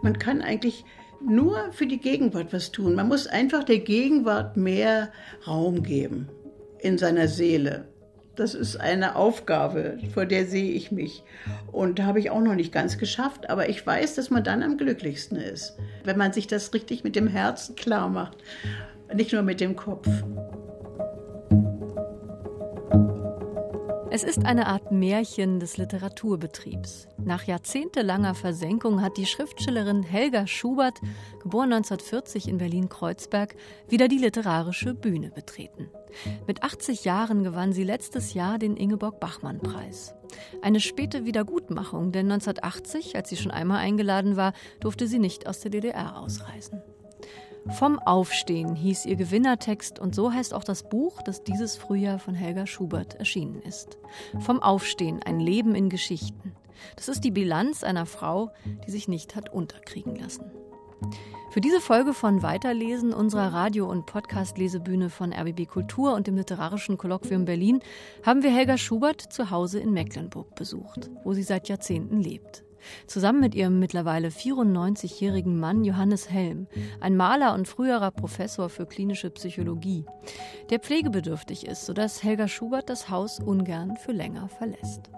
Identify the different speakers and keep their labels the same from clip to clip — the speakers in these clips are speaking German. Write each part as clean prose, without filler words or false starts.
Speaker 1: Man kann eigentlich nur für die Gegenwart was tun. Man muss einfach der Gegenwart mehr Raum geben in seiner Seele. Das ist eine Aufgabe, vor der sehe ich mich. Und da habe ich auch noch nicht ganz geschafft, aber ich weiß, dass man dann am glücklichsten ist, wenn man sich das richtig mit dem Herzen klar macht, nicht nur mit dem Kopf.
Speaker 2: Es ist eine Art Märchen des Literaturbetriebs. Nach jahrzehntelanger Versenkung hat die Schriftstellerin Helga Schubert, geboren 1940 in Berlin-Kreuzberg, wieder die literarische Bühne betreten. Mit 80 Jahren gewann sie letztes Jahr den Ingeborg-Bachmann-Preis. Eine späte Wiedergutmachung, denn 1980, als sie schon einmal eingeladen war, durfte sie nicht aus der DDR ausreisen. Vom Aufstehen hieß ihr Gewinnertext und so heißt auch das Buch, das dieses Frühjahr von Helga Schubert erschienen ist. Vom Aufstehen, ein Leben in Geschichten. Das ist die Bilanz einer Frau, die sich nicht hat unterkriegen lassen. Für diese Folge von Weiterlesen unserer Radio- und Podcast-Lesebühne von RBB Kultur und dem Literarischen Kolloquium Berlin haben wir Helga Schubert zu Hause in Mecklenburg besucht, wo sie seit Jahrzehnten lebt. Zusammen mit ihrem mittlerweile 94-jährigen Mann Johannes Helm, ein Maler und früherer Professor für klinische Psychologie, der pflegebedürftig ist, sodass Helga Schubert das Haus ungern für länger verlässt.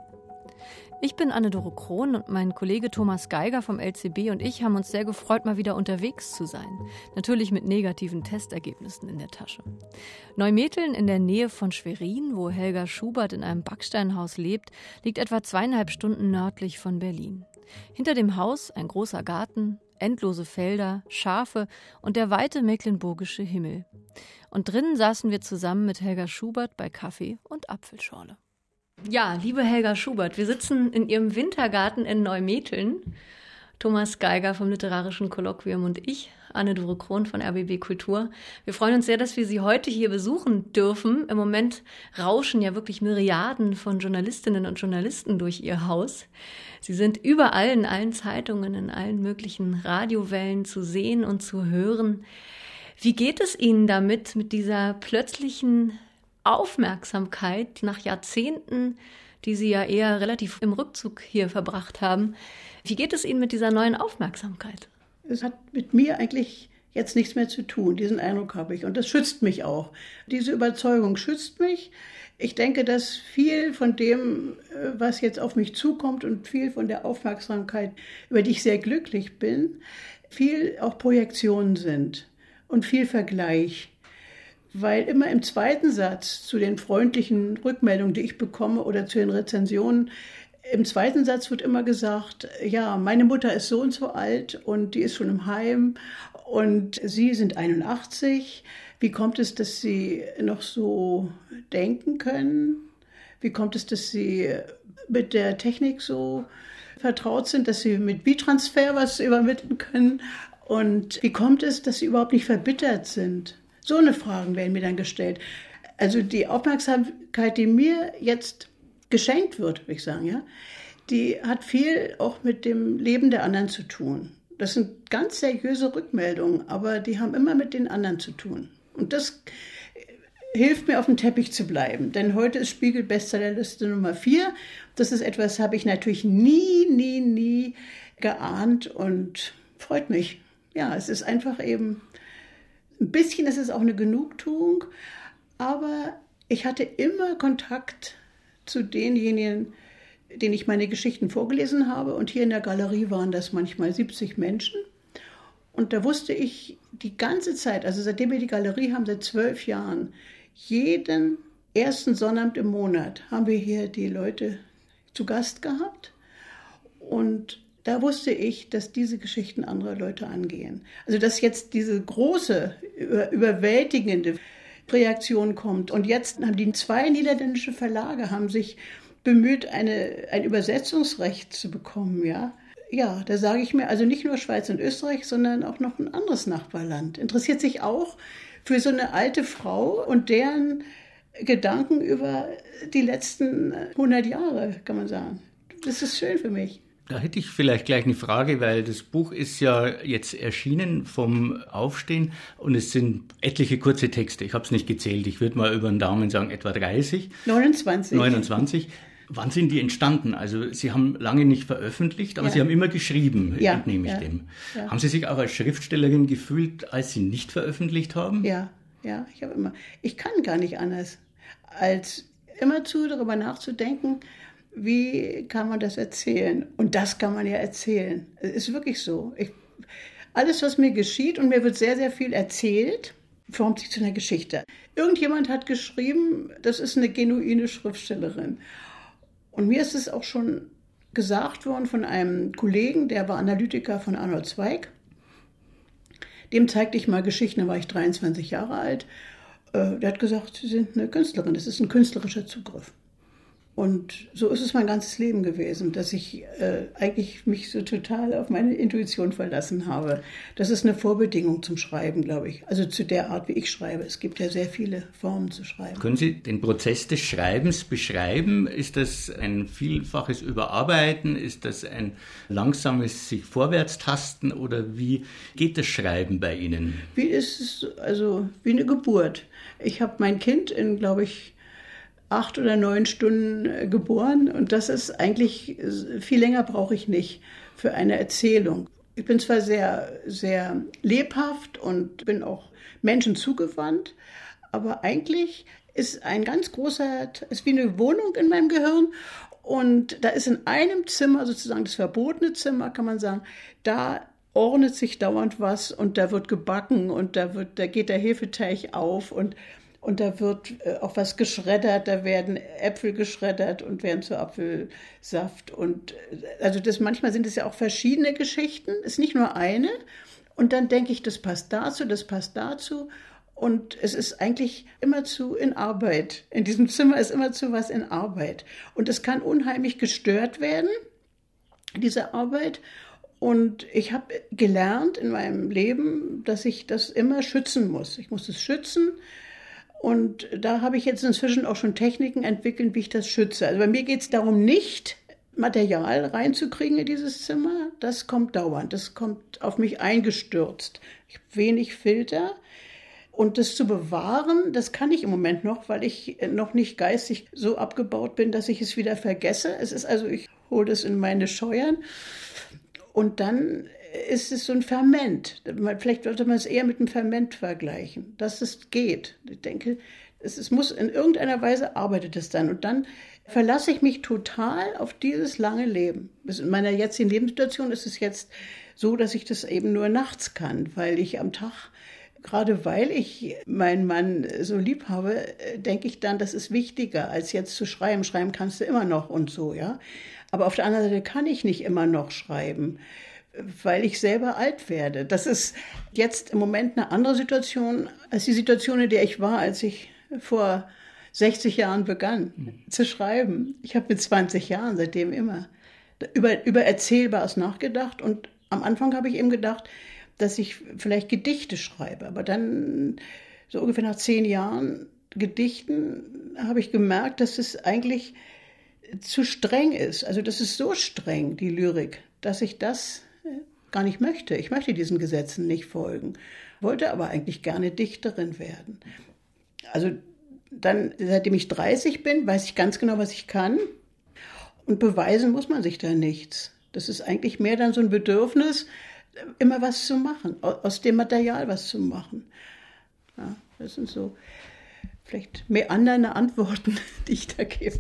Speaker 2: Ich bin Anne-Dore Krohn und mein Kollege Thomas Geiger vom LCB und ich haben uns sehr gefreut, mal wieder unterwegs zu sein. Natürlich mit negativen Testergebnissen in der Tasche. Neumetteln in der Nähe von Schwerin, wo Helga Schubert in einem Backsteinhaus lebt, liegt etwa 2,5 Stunden nördlich von Berlin. Hinter dem Haus ein großer Garten, endlose Felder, Schafe und der weite mecklenburgische Himmel. Und drinnen saßen wir zusammen mit Helga Schubert bei Kaffee und Apfelschorle. Ja, liebe Helga Schubert, wir sitzen in Ihrem Wintergarten in Neumetteln. Thomas Geiger vom Literarischen Kolloquium und ich, Anne-Dore Krohn von RBB Kultur. Wir freuen uns sehr, dass wir Sie heute hier besuchen dürfen. Im Moment rauschen ja wirklich Myriaden von Journalistinnen und Journalisten durch Ihr Haus. Sie sind überall in allen Zeitungen, in allen möglichen Radiowellen zu sehen und zu hören. Wie geht es Ihnen damit, mit dieser plötzlichen Aufmerksamkeit nach Jahrzehnten, die Sie ja eher relativ im Rückzug hier verbracht haben? Wie geht es Ihnen mit dieser neuen Aufmerksamkeit?
Speaker 1: Es hat mit mir eigentlich jetzt nichts mehr zu tun. Diesen Eindruck habe ich. Und das schützt mich auch. Diese Überzeugung schützt mich. Ich denke, dass viel von dem, was jetzt auf mich zukommt und viel von der Aufmerksamkeit, über die ich sehr glücklich bin, viel auch Projektionen sind und viel Vergleich. Weil immer im zweiten Satz zu den freundlichen Rückmeldungen, die ich bekomme oder zu den Rezensionen, im zweiten Satz wird immer gesagt, ja, meine Mutter ist so und so alt und die ist schon im Heim und Sie sind 81. Wie kommt es, dass Sie noch so denken können? Wie kommt es, dass Sie mit der Technik so vertraut sind, dass Sie mit Beat-Transfer was übermitteln können? Und wie kommt es, dass Sie überhaupt nicht verbittert sind? So eine Fragen werden mir dann gestellt. Also die Aufmerksamkeit, die mir jetzt geschenkt wird, würde ich sagen, ja, die hat viel auch mit dem Leben der anderen zu tun. Das sind ganz seriöse Rückmeldungen, aber die haben immer mit den anderen zu tun. Und das hilft mir, auf dem Teppich zu bleiben. Denn heute ist Spiegel Bestsellerliste Nummer 4. Das ist etwas, habe ich natürlich nie geahnt und freut mich. Ja, es ist einfach eben, ein bisschen ist es auch eine Genugtuung, aber ich hatte immer Kontakt zu denjenigen, denen ich meine Geschichten vorgelesen habe. Und hier in der Galerie waren das manchmal 70 Menschen. Und da wusste ich die ganze Zeit, also seitdem wir die Galerie haben, seit 12 Jahren, jeden ersten Sonnabend im Monat haben wir hier die Leute zu Gast gehabt. Und da wusste ich, dass diese Geschichten andere Leute angehen. Also dass jetzt diese große, überwältigende Reaktion kommt. Und jetzt haben die 2 niederländische Verlage haben sich bemüht, ein Übersetzungsrecht zu bekommen. Ja, da sage ich mir, also nicht nur Schweiz und Österreich, sondern auch noch ein anderes Nachbarland. Interessiert sich auch für so eine alte Frau und deren Gedanken über die letzten 100 Jahre, kann man sagen. Das ist schön für mich.
Speaker 3: Da hätte ich vielleicht gleich eine Frage, weil das Buch ist ja jetzt erschienen vom Aufstehen und es sind etliche kurze Texte. Ich habe es nicht gezählt. Ich würde mal über den Daumen sagen, etwa 30.
Speaker 1: 29.
Speaker 3: Wann sind die entstanden? Also Sie haben lange nicht veröffentlicht, aber Sie haben immer geschrieben, entnehme ich dem. Ja. Haben Sie sich auch als Schriftstellerin gefühlt, als Sie nicht veröffentlicht haben?
Speaker 1: Ja, ich kann gar nicht anders, als immerzu darüber nachzudenken, wie kann man das erzählen? Und das kann man ja erzählen. Es ist wirklich so. Alles, was mir geschieht, und mir wird sehr, sehr viel erzählt, formt sich zu einer Geschichte. Irgendjemand hat geschrieben, das ist eine genuine Schriftstellerin. Und mir ist es auch schon gesagt worden von einem Kollegen, der war Analytiker von Arnold Zweig. Dem zeigte ich mal Geschichten, da war ich 23 Jahre alt. Der hat gesagt, Sie sind eine Künstlerin, das ist ein künstlerischer Zugriff. Und so ist es mein ganzes Leben gewesen, dass ich eigentlich mich so total auf meine Intuition verlassen habe. Das ist eine Vorbedingung zum Schreiben, glaube ich. Also zu der Art, wie ich schreibe. Es gibt ja sehr viele Formen zu schreiben.
Speaker 3: Können Sie den Prozess des Schreibens beschreiben? Ist das ein vielfaches Überarbeiten? Ist das ein langsames sich vorwärtstasten? Oder wie geht das Schreiben bei Ihnen?
Speaker 1: Wie ist es, also wie eine Geburt. Ich habe mein Kind in, glaube ich, 8 oder 9 Stunden geboren und das ist eigentlich, viel länger brauche ich nicht für eine Erzählung. Ich bin zwar sehr, sehr lebhaft und bin auch Menschen zugewandt, aber eigentlich ist ein ganz großer, ist wie eine Wohnung in meinem Gehirn und da ist in einem Zimmer, sozusagen das verbotene Zimmer, kann man sagen, da ordnet sich dauernd was und da wird gebacken und da geht der Hefeteig auf und da wird auch was geschreddert, da werden Äpfel geschreddert und werden zu Apfelsaft. Und also manchmal sind es ja auch verschiedene Geschichten, ist nicht nur eine. Und dann denke ich, das passt dazu, das passt dazu. Und es ist eigentlich immerzu in Arbeit. In diesem Zimmer ist immerzu was in Arbeit. Und es kann unheimlich gestört werden, diese Arbeit. Und ich habe gelernt in meinem Leben, dass ich das immer schützen muss. Ich muss es schützen. Und da habe ich jetzt inzwischen auch schon Techniken entwickelt, wie ich das schütze. Also bei mir geht es darum, nicht Material reinzukriegen in dieses Zimmer. Das kommt dauernd, das kommt auf mich eingestürzt. Ich habe wenig Filter. Und das zu bewahren, das kann ich im Moment noch, weil ich noch nicht geistig so abgebaut bin, dass ich es wieder vergesse. Es ist also, ich hole das in meine Scheuern. Und dann ist es so ein Ferment. Vielleicht sollte man es eher mit einem Ferment vergleichen, dass es geht. Ich denke, es muss in irgendeiner Weise arbeitet es dann. Und dann verlasse ich mich total auf dieses lange Leben. In meiner jetzigen Lebenssituation ist es jetzt so, dass ich das eben nur nachts kann, weil ich am Tag, gerade weil ich meinen Mann so lieb habe, denke ich dann, das ist wichtiger, als jetzt zu schreiben. Schreiben kannst du immer noch und so, ja. Aber auf der anderen Seite kann ich nicht immer noch schreiben, weil ich selber alt werde. Das ist jetzt im Moment eine andere Situation als die Situation, in der ich war, als ich vor 60 Jahren begann zu schreiben. Ich habe mit 20 Jahren seitdem immer über Erzählbares nachgedacht und am Anfang habe ich eben gedacht, dass ich vielleicht Gedichte schreibe. Aber dann, so ungefähr nach 10 Jahren Gedichten, habe ich gemerkt, dass es eigentlich zu streng ist. Also das ist so streng, die Lyrik, dass ich das gar nicht möchte. Ich möchte diesen Gesetzen nicht folgen, wollte aber eigentlich gerne Dichterin werden. Also dann, seitdem ich 30 bin, weiß ich ganz genau, was ich kann und beweisen muss man sich da nichts. Das ist eigentlich mehr dann so ein Bedürfnis, immer was zu machen, aus dem Material was zu machen. Ja, das sind so vielleicht meandernde Antworten, die ich da gebe.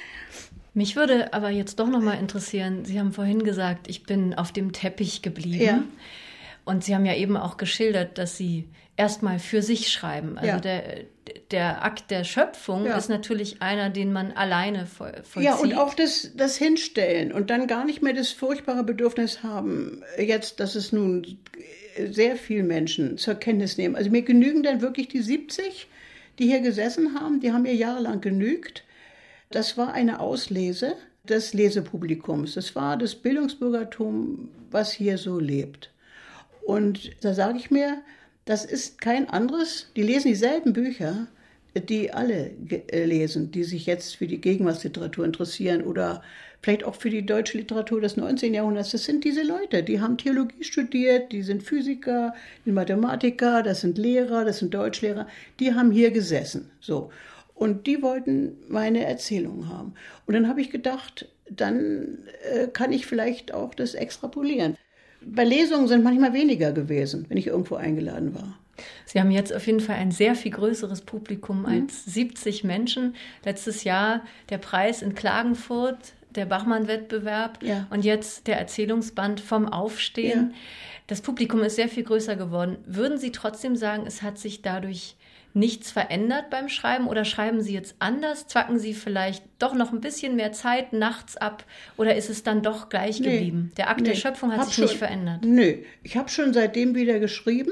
Speaker 2: Mich würde aber jetzt doch noch mal interessieren, Sie haben vorhin gesagt, ich bin auf dem Teppich geblieben.
Speaker 1: Ja.
Speaker 2: Und Sie haben ja eben auch geschildert, dass Sie erstmal für sich schreiben. Also der Akt der Schöpfung ist natürlich einer, den man alleine vollzieht.
Speaker 1: Ja, und auch das Hinstellen und dann gar nicht mehr das furchtbare Bedürfnis haben, jetzt, dass es nun sehr viele Menschen zur Kenntnis nehmen. Also mir genügen dann wirklich die 70, die hier gesessen haben, die haben mir jahrelang genügt. Das war eine Auslese des Lesepublikums. Das war das Bildungsbürgertum, was hier so lebt. Und da sage ich mir, das ist kein anderes. Die lesen dieselben Bücher, die alle lesen, die sich jetzt für die Gegenwartsliteratur interessieren oder vielleicht auch für die deutsche Literatur des 19. Jahrhunderts. Das sind diese Leute, die haben Theologie studiert, die sind Physiker, die Mathematiker, das sind Lehrer, das sind Deutschlehrer. Die haben hier gesessen. So. Und die wollten meine Erzählung haben. Und dann habe ich gedacht, dann kann ich vielleicht auch das extrapolieren. Bei Lesungen sind manchmal weniger gewesen, wenn ich irgendwo eingeladen war.
Speaker 2: Sie haben jetzt auf jeden Fall ein sehr viel größeres Publikum als 70 Menschen. Letztes Jahr der Preis in Klagenfurt, der Bachmann-Wettbewerb und jetzt der Erzählungsband vom Aufstehen. Ja. Das Publikum ist sehr viel größer geworden. Würden Sie trotzdem sagen, es hat sich dadurch nichts verändert beim Schreiben oder schreiben Sie jetzt anders? Zwacken Sie vielleicht doch noch ein bisschen mehr Zeit nachts ab oder ist es dann doch gleich geblieben? Der Akt der Schöpfung hat sich nicht verändert.
Speaker 1: Nö, ich habe schon seitdem wieder geschrieben.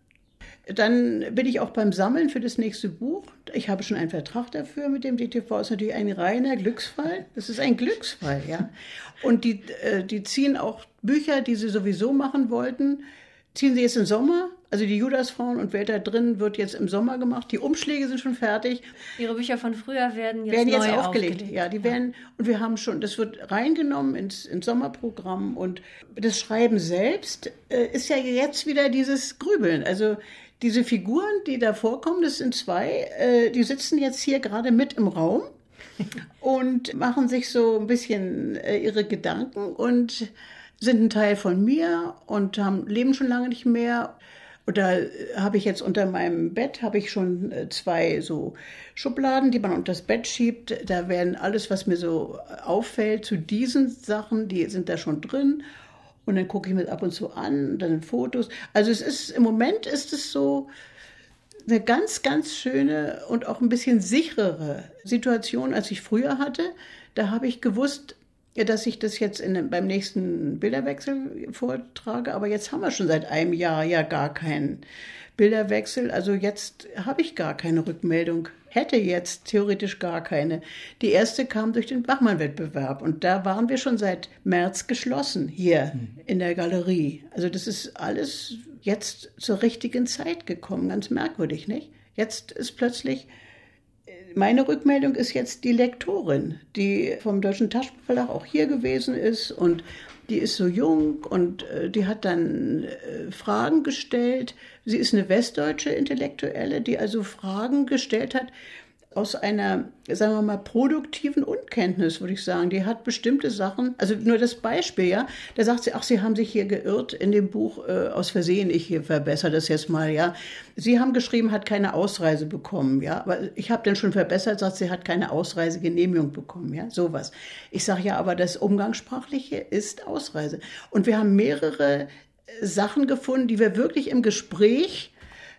Speaker 1: Dann bin ich auch beim Sammeln für das nächste Buch. Ich habe schon einen Vertrag dafür mit dem DTV. Das ist natürlich ein reiner Glücksfall. Das ist ein Glücksfall, ja. Und die ziehen auch Bücher, die sie sowieso machen wollten, ziehen sie jetzt im Sommer. Also die Judasfrauen und Wer da drin wird jetzt im Sommer gemacht. Die Umschläge sind schon fertig.
Speaker 2: Ihre Bücher von früher werden jetzt neu aufgelegt.
Speaker 1: Ja, die werden, und wir haben schon, das wird reingenommen ins Sommerprogramm. Und das Schreiben selbst ist ja jetzt wieder dieses Grübeln. Also diese Figuren, die da vorkommen, das sind 2, die sitzen jetzt hier gerade mit im Raum und machen sich so ein bisschen ihre Gedanken und sind ein Teil von mir und leben schon lange nicht mehr. Und da habe ich jetzt unter meinem Bett schon 2 so Schubladen, die man unter das Bett schiebt. Da werden alles, was mir so auffällt zu diesen Sachen, die sind da schon drin. Und dann gucke ich mir ab und zu an, dann Fotos. Also im Moment ist es so eine ganz, ganz schöne und auch ein bisschen sicherere Situation, als ich früher hatte. Da habe ich gewusst, dass ich das jetzt beim nächsten Bilderwechsel vortrage. Aber jetzt haben wir schon seit einem Jahr ja gar keinen Bilderwechsel. Also jetzt habe ich gar keine Rückmeldung. Hätte jetzt theoretisch gar keine. Die erste kam durch den Bachmann-Wettbewerb. Und da waren wir schon seit März geschlossen hier in der Galerie. Also das ist alles jetzt zur richtigen Zeit gekommen. Ganz merkwürdig, nicht? Jetzt ist plötzlich... Meine Rückmeldung ist jetzt die Lektorin, die vom Deutschen Taschenbuchverlag auch hier gewesen ist und die ist so jung und die hat dann Fragen gestellt. Sie ist eine westdeutsche Intellektuelle, die also Fragen gestellt hat aus einer, sagen wir mal, produktiven Unkenntnis, würde ich sagen. Die hat bestimmte Sachen, also nur das Beispiel, ja, da sagt sie, ach, Sie haben sich hier geirrt in dem Buch, aus Versehen, ich hier verbessere das jetzt mal, ja. Sie haben geschrieben, hat keine Ausreise bekommen, ja, aber ich habe dann schon verbessert, sagt sie, hat keine Ausreisegenehmigung bekommen, ja, sowas. Ich sage ja, aber das Umgangssprachliche ist Ausreise. Und wir haben mehrere Sachen gefunden, die wir wirklich im Gespräch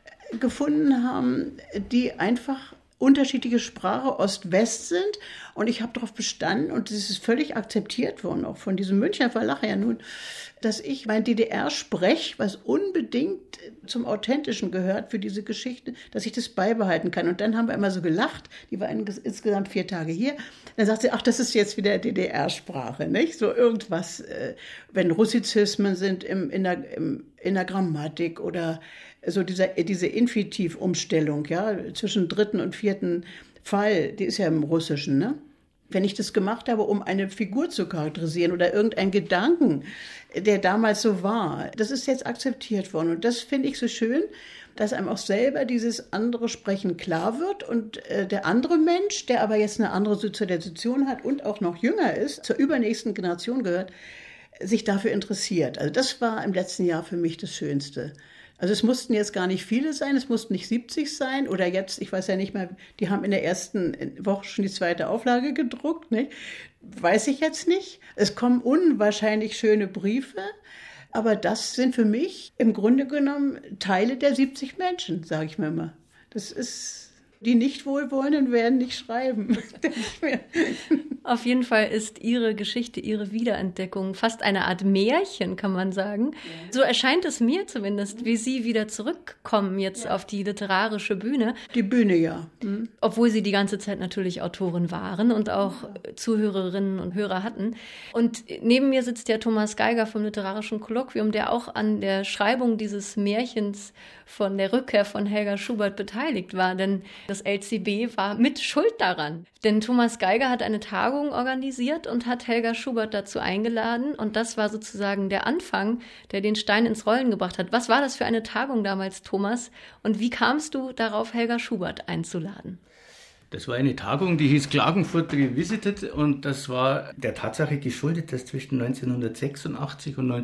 Speaker 1: gefunden haben, die einfach unterschiedliche Sprache Ost-West sind und ich habe darauf bestanden und es ist völlig akzeptiert worden, auch von diesem Münchner Verlag ja nun, dass ich mein DDR-Sprech, was unbedingt zum Authentischen gehört für diese Geschichte, dass ich das beibehalten kann. Und dann haben wir immer so gelacht, die war insgesamt 4 Tage hier, dann sagt sie, ach, das ist jetzt wieder DDR-Sprache, nicht? So irgendwas, wenn Russizismen sind in der Grammatik oder so diese Infinitivumstellung, ja, zwischen 3. und 4. Fall, die ist ja im Russischen, ne? Wenn ich das gemacht habe, um eine Figur zu charakterisieren oder irgendeinen Gedanken, der damals so war, das ist jetzt akzeptiert worden. Und das finde ich so schön, dass einem auch selber dieses andere Sprechen klar wird und der andere Mensch, der aber jetzt eine andere Sozialisation hat und auch noch jünger ist, zur übernächsten Generation gehört, sich dafür interessiert. Also das war im letzten Jahr für mich das Schönste. Also es mussten jetzt gar nicht viele sein, es mussten nicht 70 sein oder jetzt, ich weiß ja nicht mal, die haben in der ersten Woche schon die 2. Auflage gedruckt, nicht? Weiß ich jetzt nicht. Es kommen unwahrscheinlich schöne Briefe, aber das sind für mich im Grunde genommen Teile der 70 Menschen, sage ich mir immer. Das ist... Die Nicht-Wohlwollenden werden nicht schreiben, denke ich mir.
Speaker 2: Auf jeden Fall ist Ihre Geschichte, Ihre Wiederentdeckung fast eine Art Märchen, kann man sagen. Ja. So erscheint es mir zumindest, wie Sie wieder zurückkommen jetzt auf die literarische Bühne.
Speaker 1: Die Bühne, ja. Mhm.
Speaker 2: Obwohl Sie die ganze Zeit natürlich Autorin waren und auch Zuhörerinnen und Hörer hatten. Und neben mir sitzt ja Thomas Geiger vom Literarischen Kolloquium, der auch an der Schreibung dieses Märchens von der Rückkehr von Helga Schubert beteiligt war. Denn das LCB war mit schuld daran. Denn Thomas Geiger hat eine Tagung organisiert und hat Helga Schubert dazu eingeladen. Und das war sozusagen der Anfang, der den Stein ins Rollen gebracht hat. Was war das für eine Tagung damals, Thomas? Und wie kamst du darauf, Helga Schubert einzuladen?
Speaker 3: Das war eine Tagung, die hieß Klagenfurt Revisited und das war der Tatsache geschuldet, dass zwischen 1986 und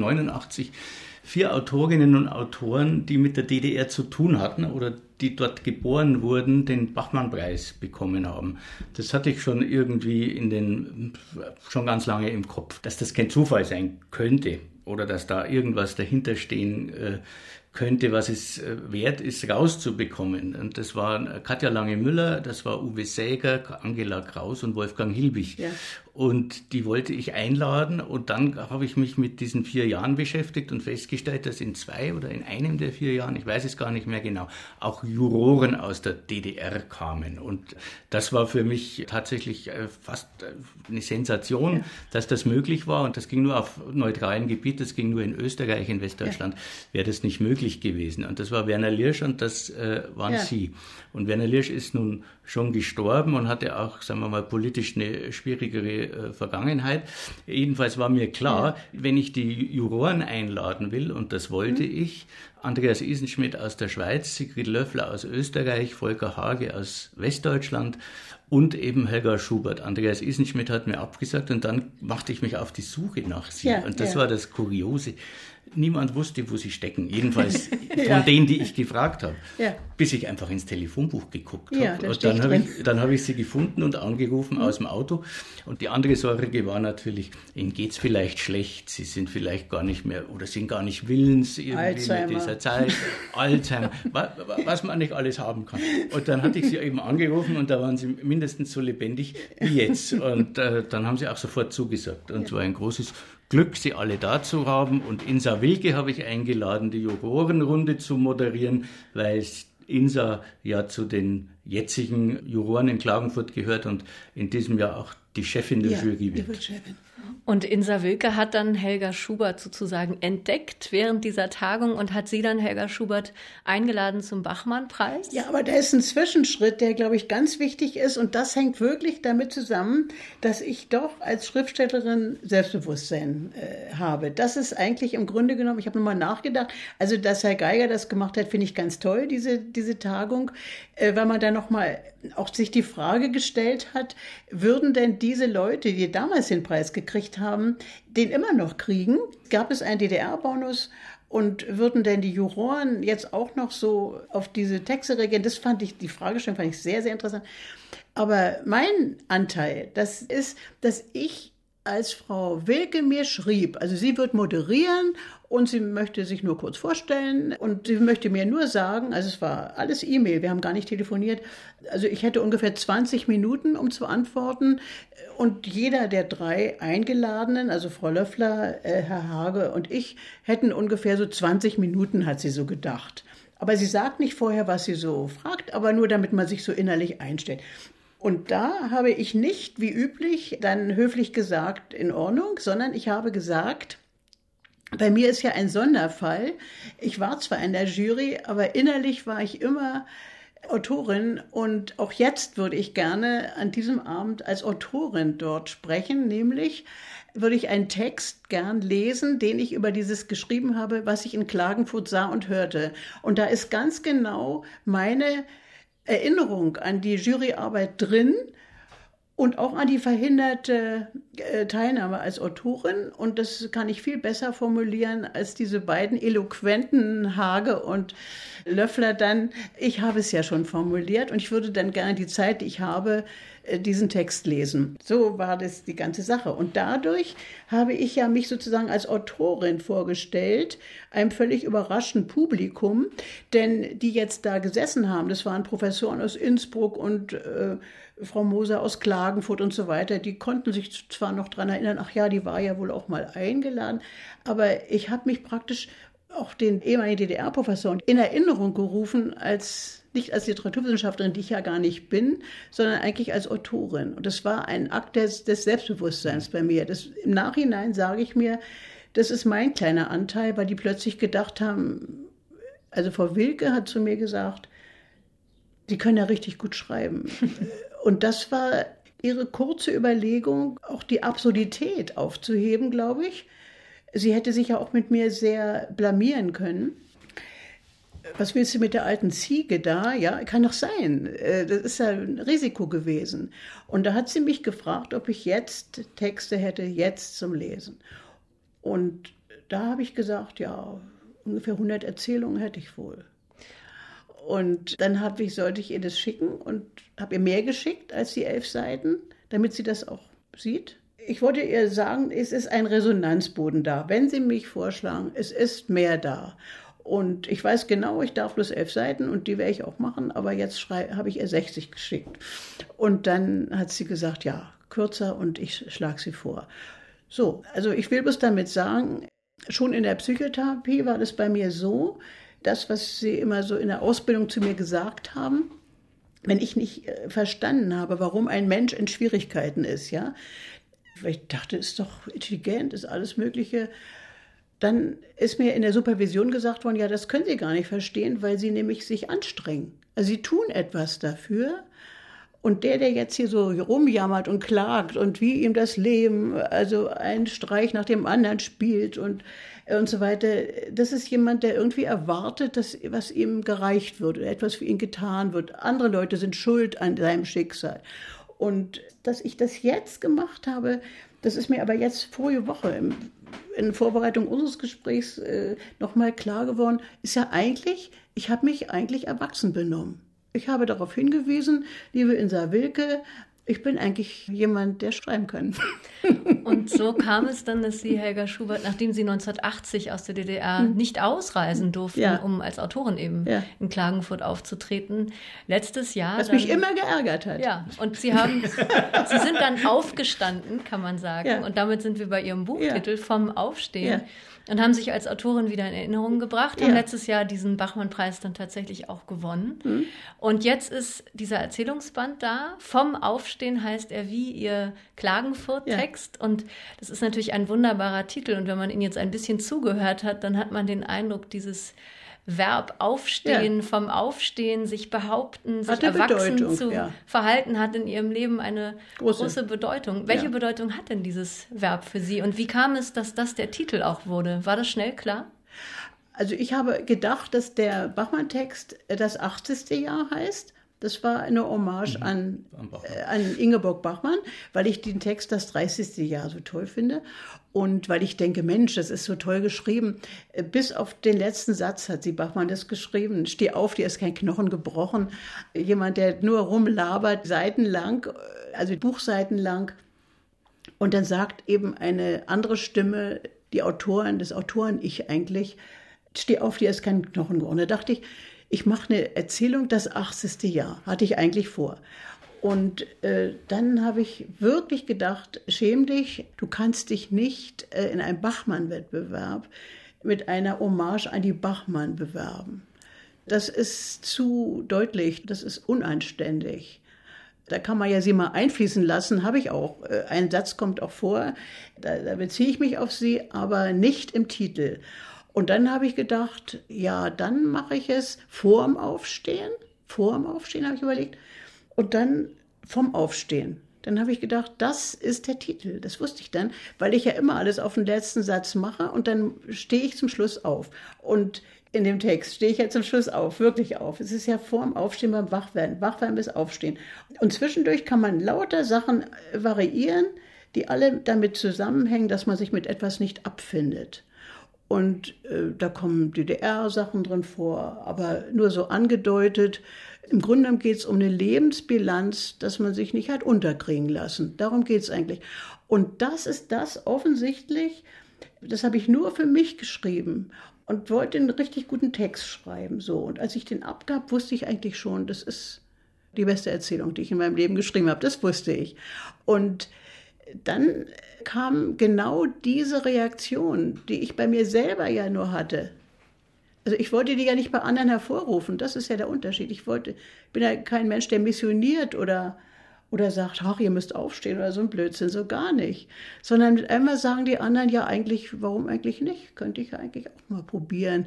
Speaker 3: 1989 4 Autorinnen und Autoren, die mit der DDR zu tun hatten oder die dort geboren wurden, den Bachmann-Preis bekommen haben. Das hatte ich schon irgendwie schon ganz lange im Kopf, dass das kein Zufall sein könnte oder dass da irgendwas dahinter stehen könnte, was es wert ist, rauszubekommen. Und das waren Katja Lange-Müller, das war Uwe Säger, Angela Kraus und Wolfgang Hilbig. Ja. Und die wollte ich einladen und dann habe ich mich mit diesen 4 Jahren beschäftigt und festgestellt, dass in 2 oder in einem der 4 Jahren, ich weiß es gar nicht mehr genau, auch Juroren aus der DDR kamen. Und das war für mich tatsächlich fast eine Sensation, dass das möglich war. Und das ging nur auf neutralem Gebiet, das ging nur in Österreich, in Westdeutschland wäre das nicht möglich gewesen. Und das war Werner Liersch und das waren Sie. Und Werner Liersch ist nun schon gestorben und hatte auch, sagen wir mal, politisch eine schwierigere Vergangenheit. Jedenfalls war mir klar, wenn ich die Juroren einladen will, und das wollte ich, Andreas Isenschmidt aus der Schweiz, Sigrid Löffler aus Österreich, Volker Hage aus Westdeutschland und eben Helga Schubert. Andreas Isenschmidt hat mir abgesagt und dann machte ich mich auf die Suche nach sie. Und das war das Kuriose. Niemand wusste, wo sie stecken, jedenfalls von denen, die ich gefragt habe, bis ich einfach ins Telefonbuch geguckt habe. Und dann habe ich sie gefunden und angerufen aus dem Auto. Und die andere Sorge war natürlich, ihnen geht es vielleicht schlecht, sie sind vielleicht gar nicht mehr oder sind gar nicht willens irgendwie mit dieser Zeit, Alzheimer, was man nicht alles haben kann. Und dann hatte ich sie eben angerufen und da waren sie mindestens so lebendig wie jetzt. Und dann haben sie auch sofort zugesagt. Und es war ein großes Glück, sie alle da zu haben. Und Insa Wilke habe ich eingeladen, die Jurorenrunde zu moderieren, weil Insa ja zu den jetzigen Juroren in Klagenfurt gehört und in diesem Jahr auch die Chefin der Jury wird.
Speaker 2: Und Insa Wilke hat dann Helga Schubert sozusagen entdeckt während dieser Tagung und hat sie dann, Helga Schubert, eingeladen zum Bachmann-Preis?
Speaker 1: Ja, aber da ist ein Zwischenschritt, der, glaube ich, ganz wichtig ist. Und das hängt wirklich damit zusammen, dass ich doch als Schriftstellerin Selbstbewusstsein habe. Das ist eigentlich im Grunde genommen, ich habe nochmal nachgedacht, also dass Herr Geiger das gemacht hat, finde ich ganz toll, diese Tagung, weil man da nochmal auch sich die Frage gestellt hat, würden denn diese Leute, die damals den Preis gekriegt haben, den immer noch kriegen? Gab es einen DDR-Bonus? Und würden denn die Juroren jetzt auch noch so auf diese Texte reagieren? Das fand ich, die Fragestellung fand ich sehr, sehr interessant. Aber mein Anteil, das ist, dass ich als Frau Wilke mir schrieb, also sie wird moderieren und sie möchte sich nur kurz vorstellen und sie möchte mir nur sagen, also es war alles E-Mail, wir haben gar nicht telefoniert, also ich hätte ungefähr 20 Minuten, um zu antworten und jeder der 3 Eingeladenen, also Frau Löffler, Herr Hage und ich, hätten ungefähr so 20 Minuten, hat sie so gedacht. Aber sie sagt nicht vorher, was sie so fragt, aber nur damit man sich so innerlich einstellt. Und da habe ich nicht, wie üblich, dann höflich gesagt, in Ordnung, sondern ich habe gesagt, bei mir ist ja ein Sonderfall. Ich war zwar in der Jury, aber innerlich war ich immer Autorin und auch jetzt würde ich gerne an diesem Abend als Autorin dort sprechen, nämlich würde ich einen Text gern lesen, den ich über dieses geschrieben habe, was ich in Klagenfurt sah und hörte. Und da ist ganz genau meine Erinnerung an die Juryarbeit drin und auch an die verhinderte Teilnahme als Autorin. Und das kann ich viel besser formulieren als diese beiden eloquenten Hage und Löffler dann. Ich habe es ja schon formuliert und ich würde dann gerne die Zeit, die ich habe, diesen Text lesen. So war das die ganze Sache. Und dadurch habe ich ja mich sozusagen als Autorin vorgestellt, einem völlig überraschten Publikum, denn die jetzt da gesessen haben, das waren Professoren aus Innsbruck und Frau Moser aus Klagenfurt und so weiter, die konnten sich zwar noch daran erinnern, ach ja, die war ja wohl auch mal eingeladen, aber ich habe mich praktisch auch den ehemaligen DDR-Professor in Erinnerung gerufen, nicht als Literaturwissenschaftlerin, die ich ja gar nicht bin, sondern eigentlich als Autorin. Und das war ein Akt des Selbstbewusstseins bei mir. Im Nachhinein sage ich mir, das ist mein kleiner Anteil, weil die plötzlich gedacht haben, also Frau Wilke hat zu mir gesagt, die können ja richtig gut schreiben. Und das war ihre kurze Überlegung, auch die Absurdität aufzuheben, glaube ich. Sie hätte sich ja auch mit mir sehr blamieren können. was willst du mit der alten Ziege da? Ja, kann doch sein. Das ist ja ein Risiko gewesen. Und da hat sie mich gefragt, ob ich jetzt Texte hätte, jetzt zum Lesen. Und da habe ich gesagt, ja, ungefähr 100 Erzählungen hätte ich wohl. Und dann sollte ich ihr das schicken und habe ihr mehr geschickt als die 11 Seiten, damit sie das auch sieht. Ich wollte ihr sagen, es ist ein Resonanzboden da. Wenn Sie mich vorschlagen, es ist mehr da. Und ich weiß genau, ich darf bloß 11 Seiten und die werde ich auch machen, aber jetzt habe ich ihr 60 geschickt. Und dann hat sie gesagt, ja, kürzer und ich schlage sie vor. So, also ich will bloß damit sagen, schon in der Psychotherapie war das bei mir so, das, was Sie immer so in der Ausbildung zu mir gesagt haben, wenn ich nicht verstanden habe, warum ein Mensch in Schwierigkeiten ist, ja, weil ich dachte, ist doch intelligent, ist alles Mögliche. Dann ist mir in der Supervision gesagt worden, ja, das können Sie gar nicht verstehen, weil Sie nämlich sich anstrengen. Also Sie tun etwas dafür. Und der jetzt hier so rumjammert und klagt und wie ihm das Leben, also einen Streich nach dem anderen spielt und so weiter, das ist jemand, der irgendwie erwartet, dass was ihm gereicht wird oder etwas für ihn getan wird. Andere Leute sind schuld an seinem Schicksal. Und dass ich das jetzt gemacht habe, das ist mir aber jetzt vorige Woche in Vorbereitung unseres Gesprächs nochmal klar geworden, ist ja eigentlich, ich habe mich eigentlich erwachsen benommen. Ich habe darauf hingewiesen, liebe Insa Wilke, ich bin eigentlich jemand, der schreiben kann.
Speaker 2: Und so kam es dann, dass Sie, Helga Schubert, nachdem Sie 1980 aus der DDR nicht ausreisen durften, um als Autorin eben in Klagenfurt aufzutreten, letztes Jahr...
Speaker 1: Was mich immer geärgert hat.
Speaker 2: Ja, und Sie sind dann aufgestanden, kann man sagen, und damit sind wir bei Ihrem Buchtitel, Vom Aufstehen. Und haben sich als Autorin wieder in Erinnerung gebracht, haben letztes Jahr diesen Bachmann-Preis dann tatsächlich auch gewonnen. Und jetzt ist dieser Erzählungsband da. Vom Aufstehen heißt er wie Ihr Klagenfurt-Text. Und das ist natürlich ein wunderbarer Titel. Und wenn man ihn jetzt ein bisschen zugehört hat, dann hat man den Eindruck, dieses Verb aufstehen, vom Aufstehen, sich behaupten, sich erwachsen zu verhalten, hat in Ihrem Leben eine große Bedeutung. Welche Bedeutung hat denn dieses Verb für Sie? Und wie kam es, dass das der Titel auch wurde? War das schnell klar?
Speaker 1: Also ich habe gedacht, dass der Bachmann-Text das 80. Jahr heißt. Das war eine Hommage an Ingeborg Bachmann, weil ich den Text das 30. Jahr so toll finde und weil ich denke, Mensch, das ist so toll geschrieben. Bis auf den letzten Satz hat sie Bachmann das geschrieben. Steh auf, dir ist kein Knochen gebrochen. Jemand, der nur rumlabert, seitenlang, also buchseitenlang. Und dann sagt eben eine andere Stimme, die Autorin, das Autoren-Ich eigentlich, steh auf, dir ist kein Knochen gebrochen. Da dachte ich mache eine Erzählung, das 80. Jahr, hatte ich eigentlich vor. Und dann habe ich wirklich gedacht, schäm dich, du kannst dich nicht in einem Bachmann-Wettbewerb mit einer Hommage an die Bachmann bewerben. Das ist zu deutlich, das ist unanständig. Da kann man ja sie mal einfließen lassen, habe ich auch. Ein Satz kommt auch vor, da beziehe ich mich auf sie, aber nicht im Titel. Und dann habe ich gedacht, ja, dann mache ich es vor dem Aufstehen. Vor dem Aufstehen habe ich überlegt. Und dann vom Aufstehen. Dann habe ich gedacht, das ist der Titel. Das wusste ich dann, weil ich ja immer alles auf den letzten Satz mache und dann stehe ich zum Schluss auf. Und in dem Text stehe ich ja zum Schluss auf, wirklich auf. Es ist ja vor dem Aufstehen beim Wachwerden. Wachwerden bis Aufstehen. Und zwischendurch kann man lauter Sachen variieren, die alle damit zusammenhängen, dass man sich mit etwas nicht abfindet. Und da kommen DDR-Sachen drin vor, aber nur so angedeutet. Im Grunde genommen geht es um eine Lebensbilanz, dass man sich nicht hat unterkriegen lassen. Darum geht es eigentlich. Und das ist das offensichtlich, das habe ich nur für mich geschrieben und wollte einen richtig guten Text schreiben. So. Und als ich den abgab, wusste ich eigentlich schon, das ist die beste Erzählung, die ich in meinem Leben geschrieben habe. Das wusste ich. Und dann kam genau diese Reaktion, die ich bei mir selber ja nur hatte. Also ich wollte die ja nicht bei anderen hervorrufen, das ist ja der Unterschied. Ich bin ja kein Mensch, der missioniert oder sagt, ach, ihr müsst aufstehen oder so ein Blödsinn, so gar nicht. Sondern mit einmal sagen die anderen, ja eigentlich, warum eigentlich nicht? Könnte ich ja eigentlich auch mal probieren,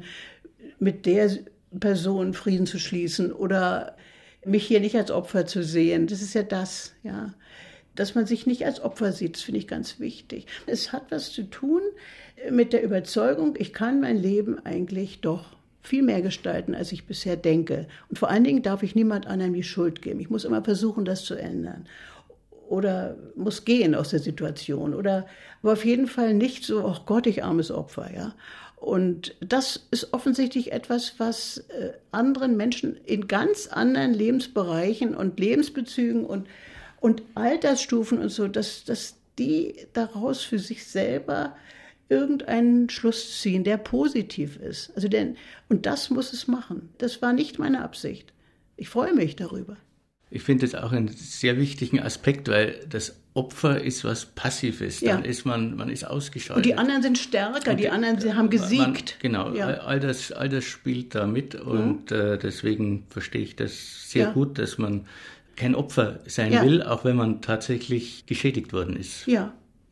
Speaker 1: mit der Person Frieden zu schließen oder mich hier nicht als Opfer zu sehen. Das ist ja das, ja. Dass man sich nicht als Opfer sieht, das finde ich ganz wichtig. Es hat was zu tun mit der Überzeugung, ich kann mein Leben eigentlich doch viel mehr gestalten, als ich bisher denke. Und vor allen Dingen darf ich niemand anderem die Schuld geben. Ich muss immer versuchen, das zu ändern. Oder muss gehen aus der Situation. Aber auf jeden Fall nicht so, ach Gott, ich armes Opfer, ja. Und das ist offensichtlich etwas, was anderen Menschen in ganz anderen Lebensbereichen und Lebensbezügen und Altersstufen und so, dass die daraus für sich selber irgendeinen Schluss ziehen, der positiv ist. Und das muss es machen. Das war nicht meine Absicht. Ich freue mich darüber.
Speaker 3: Ich finde das auch einen sehr wichtigen Aspekt, weil das Opfer ist was Passives.
Speaker 1: Ja.
Speaker 3: Dann ist man ist ausgeschaltet.
Speaker 1: Und die anderen sind stärker, die anderen haben gesiegt.
Speaker 3: Genau, ja. all das spielt da mit und deswegen verstehe ich das sehr gut, dass man kein Opfer sein will, auch wenn man tatsächlich geschädigt worden ist.
Speaker 1: Ja.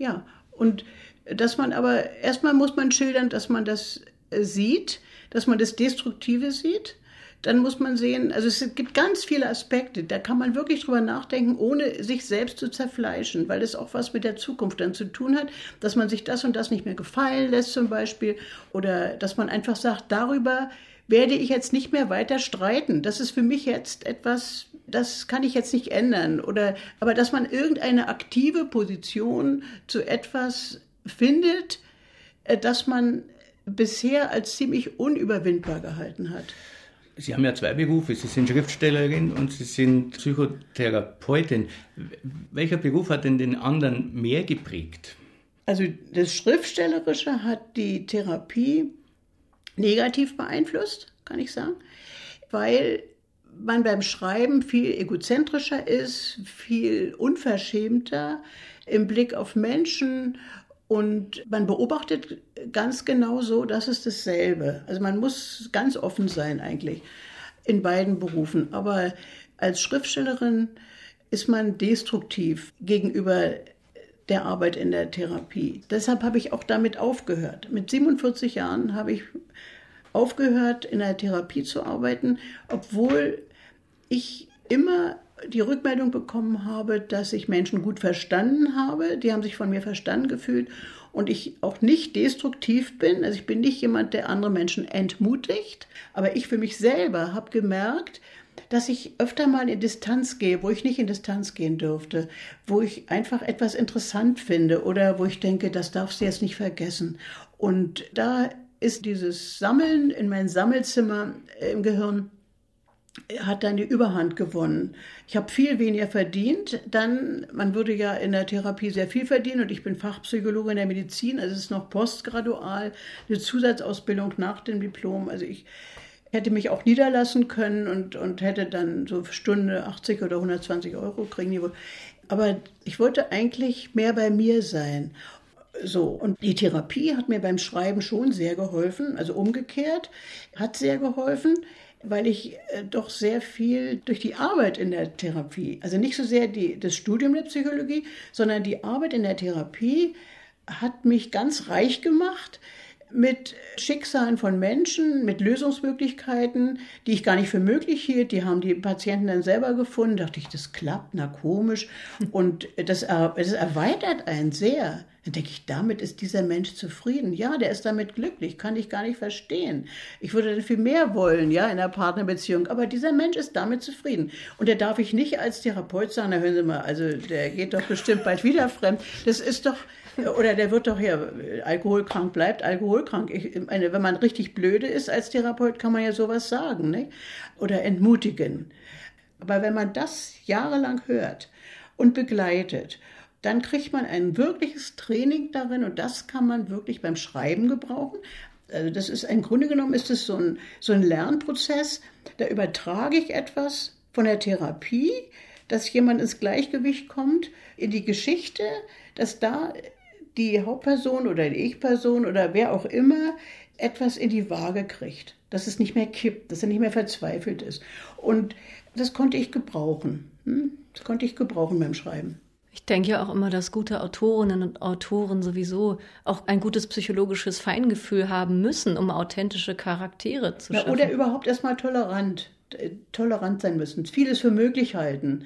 Speaker 1: Und dass man aber, erstmal muss man schildern, dass man das sieht, dass man das Destruktive sieht. Dann muss man sehen, also es gibt ganz viele Aspekte, da kann man wirklich drüber nachdenken, ohne sich selbst zu zerfleischen, weil das auch was mit der Zukunft dann zu tun hat, dass man sich das und das nicht mehr gefallen lässt zum Beispiel oder dass man einfach sagt, darüber werde ich jetzt nicht mehr weiter streiten. Das ist für mich jetzt etwas, das kann ich jetzt nicht ändern. Aber dass man irgendeine aktive Position zu etwas findet, das man bisher als ziemlich unüberwindbar gehalten hat.
Speaker 3: Sie haben ja 2 Berufe, Sie sind Schriftstellerin und Sie sind Psychotherapeutin. Welcher Beruf hat denn den anderen mehr geprägt?
Speaker 1: Also das Schriftstellerische hat die Therapie negativ beeinflusst, kann ich sagen, weil man beim Schreiben viel egozentrischer ist, viel unverschämter im Blick auf Menschen. Und man beobachtet ganz genau so, das ist dasselbe. Also man muss ganz offen sein eigentlich in beiden Berufen. Aber als Schriftstellerin ist man destruktiv gegenüber der Arbeit in der Therapie. Deshalb habe ich auch damit aufgehört. Mit 47 Jahren habe ich aufgehört, in der Therapie zu arbeiten, obwohl ich immer die Rückmeldung bekommen habe, dass ich Menschen gut verstanden habe. Die haben sich von mir verstanden gefühlt und ich auch nicht destruktiv bin. Also ich bin nicht jemand, der andere Menschen entmutigt. Aber ich für mich selber habe gemerkt, dass ich öfter mal in Distanz gehe, wo ich nicht in Distanz gehen dürfte, wo ich einfach etwas interessant finde oder wo ich denke, das darfst du jetzt nicht vergessen. Und da ist dieses Sammeln in mein Sammelzimmer im Gehirn hat dann die Überhand gewonnen. Ich habe viel weniger verdient. Man würde ja in der Therapie sehr viel verdienen und ich bin Fachpsychologe in der Medizin, also es ist noch postgradual, eine Zusatzausbildung nach dem Diplom. Also ich hätte mich auch niederlassen können und hätte dann so für Stunde 80 oder 120 Euro kriegen. Aber ich wollte eigentlich mehr bei mir sein. So, und die Therapie hat mir beim Schreiben schon sehr geholfen, also umgekehrt, hat sehr geholfen, weil ich doch sehr viel durch die Arbeit in der Therapie, also nicht so sehr das Studium der Psychologie, sondern die Arbeit in der Therapie hat mich ganz reich gemacht mit Schicksalen von Menschen, mit Lösungsmöglichkeiten, die ich gar nicht für möglich hielt. Die haben die Patienten dann selber gefunden. Da dachte ich, das klappt, na komisch. Und das erweitert einen sehr. Dann denke ich, damit ist dieser Mensch zufrieden. Ja, der ist damit glücklich, kann ich gar nicht verstehen. Ich würde dann viel mehr wollen, ja, in einer Partnerbeziehung. Aber dieser Mensch ist damit zufrieden. Und da darf ich nicht als Therapeut sagen, na hören Sie mal, also der geht doch bestimmt bald wieder fremd. Das ist doch... Oder der wird doch alkoholkrank bleibt alkoholkrank. Ich meine, wenn man richtig blöde ist als Therapeut, kann man ja sowas sagen, ne? Oder entmutigen. Aber wenn man das jahrelang hört und begleitet, dann kriegt man ein wirkliches Training darin und das kann man wirklich beim Schreiben gebrauchen. Also das ist im Grunde genommen ist es so ein Lernprozess. Da übertrage ich etwas von der Therapie, dass jemand ins Gleichgewicht kommt, in die Geschichte, dass da die Hauptperson oder die Ich-Person oder wer auch immer etwas in die Waage kriegt, dass es nicht mehr kippt, dass er nicht mehr verzweifelt ist. Und das konnte ich gebrauchen. Das konnte ich gebrauchen beim Schreiben.
Speaker 2: Ich denke ja auch immer, dass gute Autorinnen und Autoren sowieso auch ein gutes psychologisches Feingefühl haben müssen, um authentische Charaktere zu schaffen.
Speaker 1: Oder überhaupt erstmal tolerant sein müssen, vieles für möglich halten.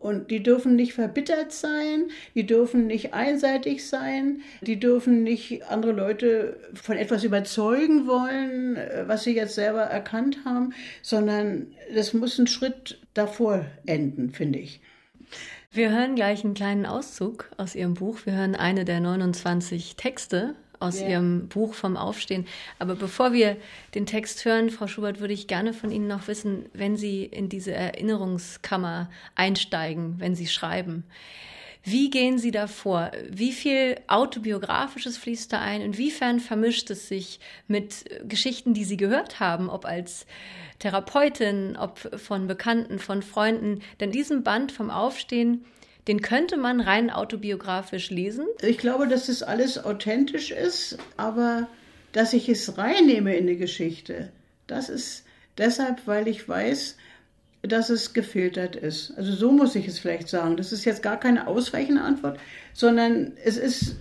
Speaker 1: Und die dürfen nicht verbittert sein, die dürfen nicht einseitig sein, die dürfen nicht andere Leute von etwas überzeugen wollen, was sie jetzt selber erkannt haben, sondern das muss ein Schritt davor enden, finde ich.
Speaker 2: Wir hören gleich einen kleinen Auszug aus Ihrem Buch. Wir hören eine der 29 Texte aus Ihrem Buch vom Aufstehen. Aber bevor wir den Text hören, Frau Schubert, würde ich gerne von Ihnen noch wissen, wenn Sie in diese Erinnerungskammer einsteigen, wenn Sie schreiben, wie gehen Sie da vor? Wie viel Autobiografisches fließt da ein? Inwiefern vermischt es sich mit Geschichten, die Sie gehört haben, ob als Therapeutin, ob von Bekannten, von Freunden? Denn diesen Band vom Aufstehen, den könnte man rein autobiografisch lesen?
Speaker 1: Ich glaube, dass das alles authentisch ist, aber dass ich es reinnehme in die Geschichte, das ist deshalb, weil ich weiß, dass es gefiltert ist. Also so muss ich es vielleicht sagen. Das ist jetzt gar keine ausweichende Antwort, sondern es ist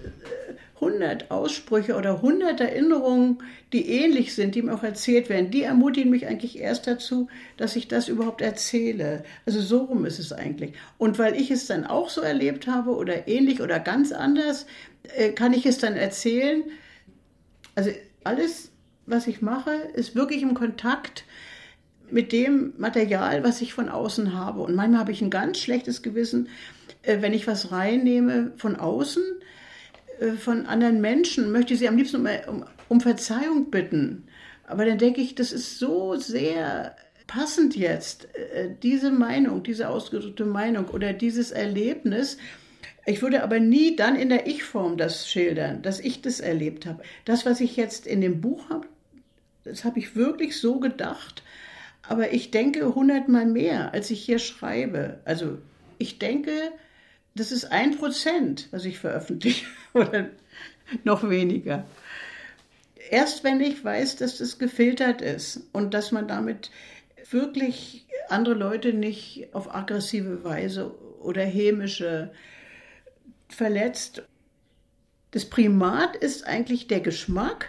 Speaker 1: 100 Aussprüche oder 100 Erinnerungen, die ähnlich sind, die mir auch erzählt werden. Die ermutigen mich eigentlich erst dazu, dass ich das überhaupt erzähle. Also so rum ist es eigentlich. Und weil ich es dann auch so erlebt habe oder ähnlich oder ganz anders, kann ich es dann erzählen. Also alles, was ich mache, ist wirklich im Kontakt mit dem Material, was ich von außen habe. Und manchmal habe ich ein ganz schlechtes Gewissen, wenn ich was reinnehme von außen, von anderen Menschen, möchte ich sie am liebsten um Verzeihung bitten. Aber dann denke ich, das ist so sehr passend jetzt, diese Meinung, diese ausgedrückte Meinung oder dieses Erlebnis. Ich würde aber nie dann in der Ich-Form das schildern, dass ich das erlebt habe. Das, was ich jetzt in dem Buch habe, das habe ich wirklich so gedacht. Aber ich denke 100-mal mehr, als ich hier schreibe. Also ich denke, das ist 1%, was ich veröffentliche, oder noch weniger. Erst wenn ich weiß, dass das gefiltert ist und dass man damit wirklich andere Leute nicht auf aggressive Weise oder hämische verletzt. Das Primat ist eigentlich der Geschmack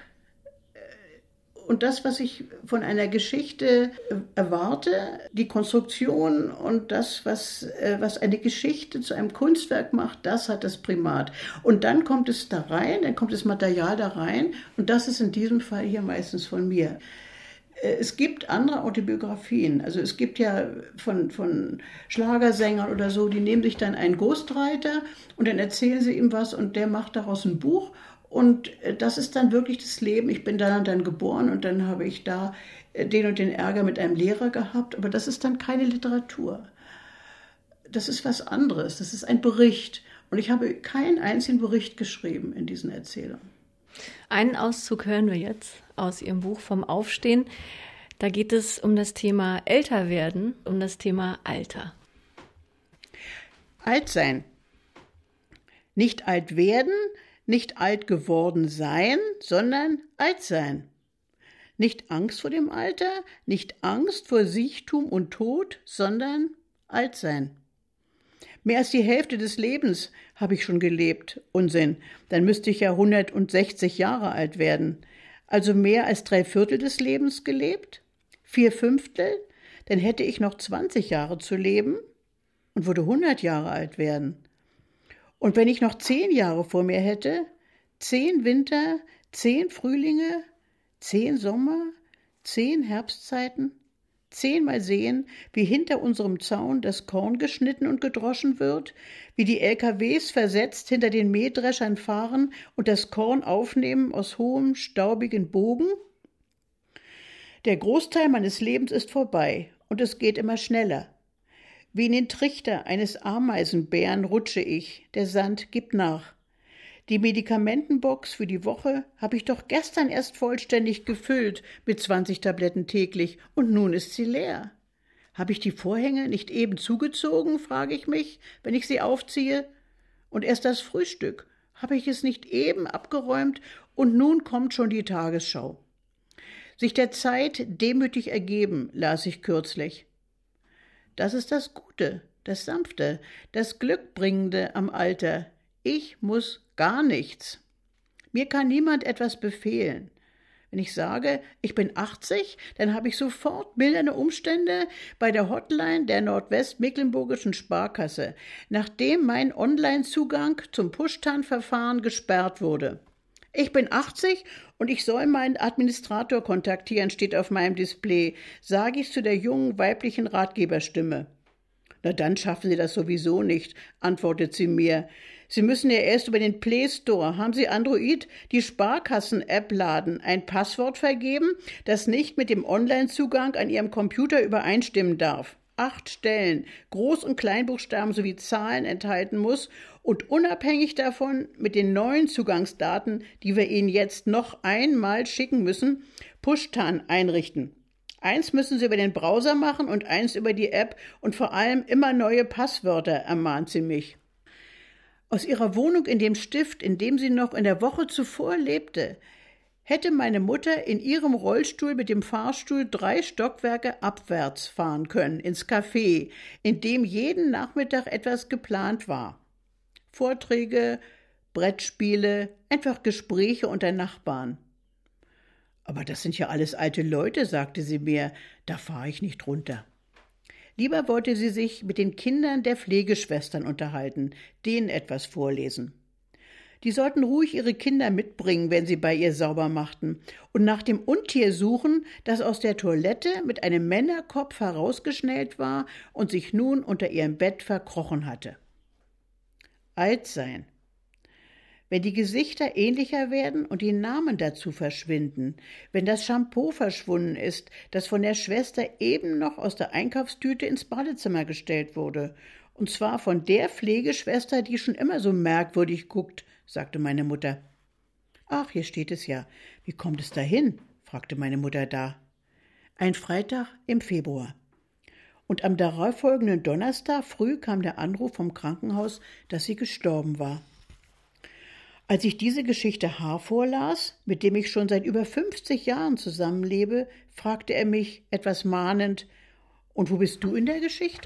Speaker 1: und das, was ich von einer Geschichte erwarte, die Konstruktion und das, was eine Geschichte zu einem Kunstwerk macht, das hat das Primat. Und dann kommt es da rein, dann kommt das Material da rein und das ist in diesem Fall hier meistens von mir. Es gibt andere Autobiografien, also es gibt ja von Schlagersängern oder so, die nehmen sich dann einen Ghostwriter und dann erzählen sie ihm was und der macht daraus ein Buch. Und das ist dann wirklich das Leben. Ich bin dann geboren und dann habe ich da den und den Ärger mit einem Lehrer gehabt. Aber das ist dann keine Literatur. Das ist was anderes. Das ist ein Bericht. Und ich habe keinen einzigen Bericht geschrieben in diesen Erzählungen.
Speaker 2: Einen Auszug hören wir jetzt aus Ihrem Buch vom Aufstehen. Da geht es um das Thema Älterwerden, um das Thema Alter.
Speaker 1: Alt sein. Nicht alt werden, nicht alt geworden sein, sondern alt sein. Nicht Angst vor dem Alter, nicht Angst vor Siechtum und Tod, sondern alt sein. Mehr als die Hälfte des Lebens habe ich schon gelebt. Unsinn, dann müsste ich ja 160 Jahre alt werden. Also mehr als 3/4 des Lebens gelebt? 4/5? Dann hätte ich noch 20 Jahre zu leben und würde 100 Jahre alt werden. Und wenn ich noch 10 Jahre vor mir hätte, 10 Winter, 10 Frühlinge, 10 Sommer, 10 Herbstzeiten, 10-mal sehen, wie hinter unserem Zaun das Korn geschnitten und gedroschen wird, wie die LKWs versetzt hinter den Mähdreschern fahren und das Korn aufnehmen aus hohem, staubigen Bogen. Der Großteil meines Lebens ist vorbei und es geht immer schneller. Wie in den Trichter eines Ameisenbären rutsche ich, der Sand gibt nach. Die Medikamentenbox für die Woche habe ich doch gestern erst vollständig gefüllt mit 20 Tabletten täglich und nun ist sie leer. Habe ich die Vorhänge nicht eben zugezogen, frage ich mich, wenn ich sie aufziehe? Und erst das Frühstück, habe ich es nicht eben abgeräumt und nun kommt schon die Tagesschau. Sich der Zeit demütig ergeben, las ich kürzlich. Das ist das Gute, das Sanfte, das Glückbringende am Alter. Ich muss gar nichts. Mir kann niemand etwas befehlen. Wenn ich sage, ich bin 80, dann habe ich sofort mildernde Umstände bei der Hotline der Nordwestmecklenburgischen Sparkasse, nachdem mein Online-Zugang zum Push-TAN-Verfahren gesperrt wurde. Ich bin 80 und ich soll meinen Administrator kontaktieren, steht auf meinem Display, sage ich zu der jungen weiblichen Ratgeberstimme. Na, dann schaffen Sie das sowieso nicht, antwortet sie mir. Sie müssen ja erst über den Play Store, haben Sie Android, die Sparkassen-App laden, ein Passwort vergeben, das nicht mit dem Online-Zugang an Ihrem Computer übereinstimmen darf. 8 Stellen, Groß- und Kleinbuchstaben sowie Zahlen enthalten muss und unabhängig davon mit den neuen Zugangsdaten, die wir Ihnen jetzt noch einmal schicken müssen, Push-TAN einrichten. 1 müssen Sie über den Browser machen und 1 über die App und vor allem immer neue Passwörter, ermahnt sie mich. Aus ihrer Wohnung in dem Stift, in dem sie noch in der Woche zuvor lebte, hätte meine Mutter in ihrem Rollstuhl mit dem Fahrstuhl 3 Stockwerke abwärts fahren können, ins Café, in dem jeden Nachmittag etwas geplant war. Vorträge, Brettspiele, einfach Gespräche unter Nachbarn. Aber das sind ja alles alte Leute, sagte sie mir, da fahre ich nicht runter. Lieber wollte sie sich mit den Kindern der Pflegeschwestern unterhalten, denen etwas vorlesen. Die sollten ruhig ihre Kinder mitbringen, wenn sie bei ihr sauber machten, und nach dem Untier suchen, das aus der Toilette mit einem Männerkopf herausgeschnellt war und sich nun unter ihrem Bett verkrochen hatte. Alt sein. Wenn die Gesichter ähnlicher werden und die Namen dazu verschwinden, wenn das Shampoo verschwunden ist, das von der Schwester eben noch aus der Einkaufstüte ins Badezimmer gestellt wurde, und zwar von der Pflegeschwester, die schon immer so merkwürdig guckt, sagte meine Mutter. Ach, hier steht es ja. Wie kommt es dahin? Fragte meine Mutter da. Ein Freitag im Februar. Und am darauffolgenden Donnerstag früh kam der Anruf vom Krankenhaus, dass sie gestorben war. Als ich diese Geschichte H. vorlas, mit dem ich schon seit über 50 Jahren zusammenlebe, fragte er mich etwas mahnend, »Und wo bist du in der Geschichte?«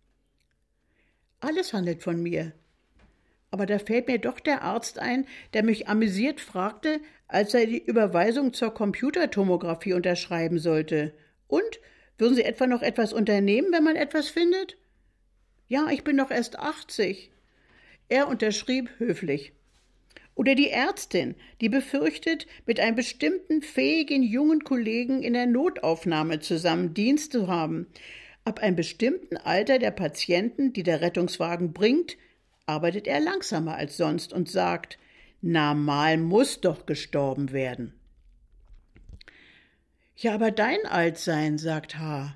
Speaker 1: Alles handelt von mir. Aber da fällt mir doch der Arzt ein, der mich amüsiert fragte, als er die Überweisung zur Computertomographie unterschreiben sollte. »Und, würden Sie etwa noch etwas unternehmen, wenn man etwas findet?« »Ja, ich bin doch erst 80. Er unterschrieb höflich. Oder die Ärztin, die befürchtet, mit einem bestimmten fähigen jungen Kollegen in der Notaufnahme zusammen Dienst zu haben. Ab einem bestimmten Alter der Patienten, die der Rettungswagen bringt, arbeitet er langsamer als sonst und sagt, na mal muss doch gestorben werden. Ja, aber dein Altsein, sagt H.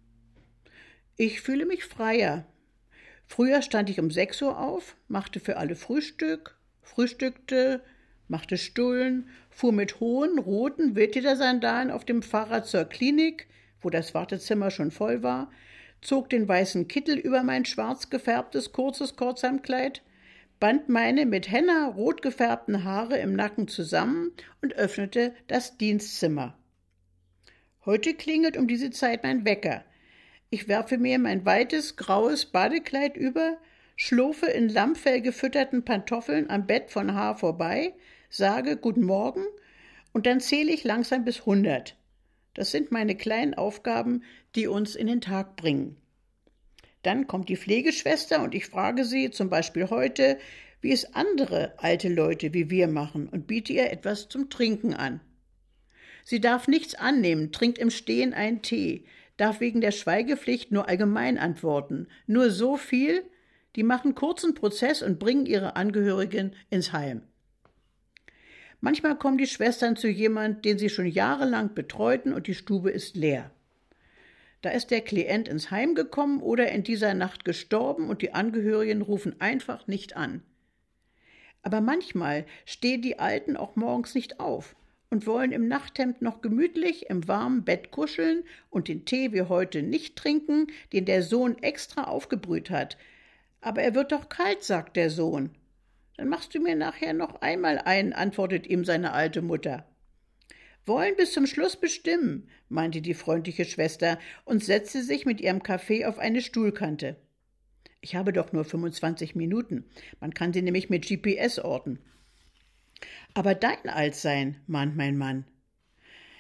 Speaker 1: Ich fühle mich freier. Früher stand ich um 6 Uhr auf, machte für alle Frühstück, frühstückte, machte Stullen, fuhr mit hohen, roten Wildledersandalen auf dem Fahrrad zur Klinik, wo das Wartezimmer schon voll war, zog den weißen Kittel über mein schwarz gefärbtes, kurzes Kurzhemdkleid, band meine mit Henna rot gefärbten Haare im Nacken zusammen und öffnete das Dienstzimmer. Heute klingelt um diese Zeit mein Wecker. Ich werfe mir mein weites, graues Badekleid über, schlurfe in Lammfell gefütterten Pantoffeln am Bett von H. vorbei, sage Guten Morgen und dann zähle ich langsam bis 100. Das sind meine kleinen Aufgaben, die uns in den Tag bringen. Dann kommt die Pflegeschwester und ich frage sie, zum Beispiel heute, wie es andere alte Leute wie wir machen und biete ihr etwas zum Trinken an. Sie darf nichts annehmen, trinkt im Stehen einen Tee, darf wegen der Schweigepflicht nur allgemein antworten, nur so viel, die machen kurzen Prozess und bringen ihre Angehörigen ins Heim. Manchmal kommen die Schwestern zu jemand, den sie schon jahrelang betreuten und die Stube ist leer. Da ist der Klient ins Heim gekommen oder in dieser Nacht gestorben und die Angehörigen rufen einfach nicht an. Aber manchmal stehen die Alten auch morgens nicht auf und wollen im Nachthemd noch gemütlich im warmen Bett kuscheln und den Tee wie heute nicht trinken, den der Sohn extra aufgebrüht hat. Aber er wird doch kalt, sagt der Sohn. Dann machst du mir nachher noch einmal einen, antwortet ihm seine alte Mutter. Wollen bis zum Schluss bestimmen, meinte die freundliche Schwester und setzte sich mit ihrem Kaffee auf eine Stuhlkante. Ich habe doch nur 25 Minuten. Man kann sie nämlich mit GPS orten. Aber dein Altsein, mahnt mein Mann.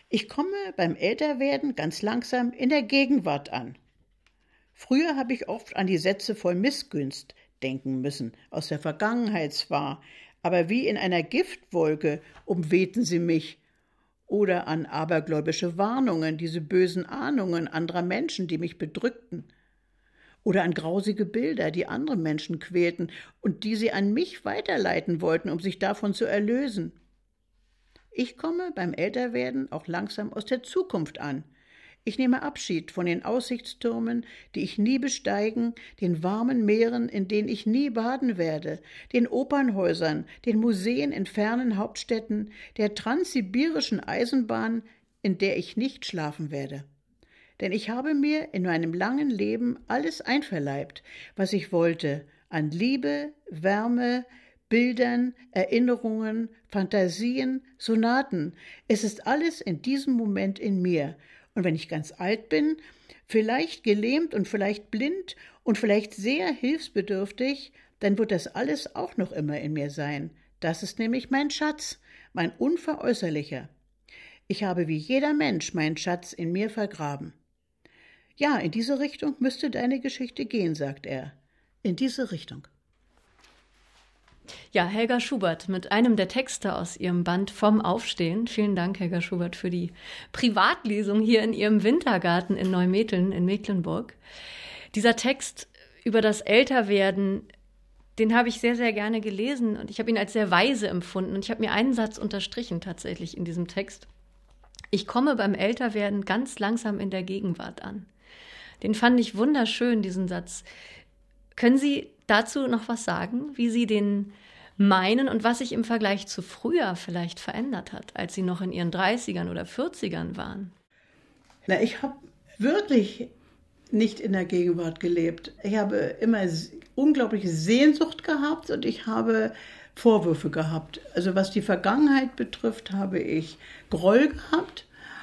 Speaker 1: Ich komme beim Älterwerden ganz langsam in der Gegenwart an. Früher habe ich oft an die Sätze voll Missgunst denken müssen, aus der Vergangenheit zwar, aber wie in einer Giftwolke umwehten sie mich. Oder an abergläubische Warnungen, diese bösen Ahnungen anderer Menschen, die mich bedrückten. Oder an grausige Bilder, die andere Menschen quälten und die sie an mich weiterleiten wollten, um sich davon zu erlösen. Ich komme beim Älterwerden auch langsam aus der Zukunft an. Ich nehme Abschied von den Aussichtstürmen, die ich nie besteigen, den warmen Meeren, in denen ich nie baden werde, den Opernhäusern, den Museen in fernen Hauptstädten, der transsibirischen Eisenbahn, in der ich nicht schlafen werde. Denn ich habe mir in meinem langen Leben alles einverleibt, was ich wollte, an Liebe, Wärme, Bildern, Erinnerungen, Fantasien, Sonaten. Es ist alles in diesem Moment in mir. Und wenn ich ganz alt bin, vielleicht gelähmt und vielleicht blind und vielleicht sehr hilfsbedürftig, dann wird das alles auch noch immer in mir sein. Das ist nämlich mein Schatz, mein unveräußerlicher. Ich habe wie jeder Mensch meinen Schatz in mir vergraben. Ja, in diese Richtung müsste deine Geschichte gehen, sagt er. In diese Richtung.
Speaker 2: Ja, Helga Schubert mit einem der Texte aus ihrem Band Vom Aufstehen. Vielen Dank, Helga Schubert, für die Privatlesung hier in ihrem Wintergarten in Neumetteln in Mecklenburg. Dieser Text über das Älterwerden, den habe ich sehr, sehr gerne gelesen und ich habe ihn als sehr weise empfunden. Und ich habe mir einen Satz unterstrichen tatsächlich in diesem Text. Ich komme beim Älterwerden ganz langsam in der Gegenwart an. Den fand ich wunderschön, diesen Satz. Können Sie dazu noch was sagen, wie Sie den meinen und was sich im Vergleich zu früher vielleicht verändert hat, als Sie noch in Ihren 30ern oder 40ern waren?
Speaker 1: Na, ich habe wirklich nicht in der Gegenwart gelebt. Ich habe immer unglaubliche Sehnsucht gehabt und ich habe Vorwürfe gehabt. Also was die Vergangenheit betrifft, habe ich Groll gehabt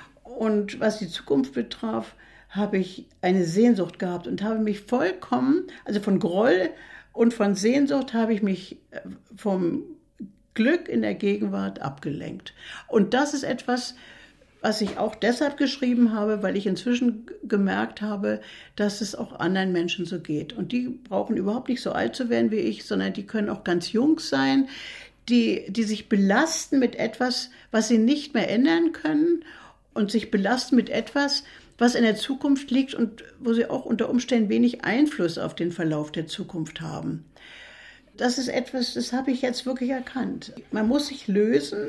Speaker 1: und was die Zukunft betraf, habe ich eine Sehnsucht gehabt und habe mich vollkommen, also von Groll und von Sehnsucht habe ich mich vom Glück in der Gegenwart abgelenkt. Und das ist etwas, was ich auch deshalb geschrieben habe, weil ich inzwischen gemerkt habe, dass es auch anderen Menschen so geht. Und die brauchen überhaupt nicht so alt zu werden wie ich, sondern die können auch ganz jung sein, die sich belasten mit etwas, was sie nicht mehr ändern können und sich belasten mit etwas, was in der Zukunft liegt und wo sie auch unter Umständen wenig Einfluss auf den Verlauf der Zukunft haben. Das ist etwas, das habe ich jetzt wirklich erkannt. Man muss sich lösen,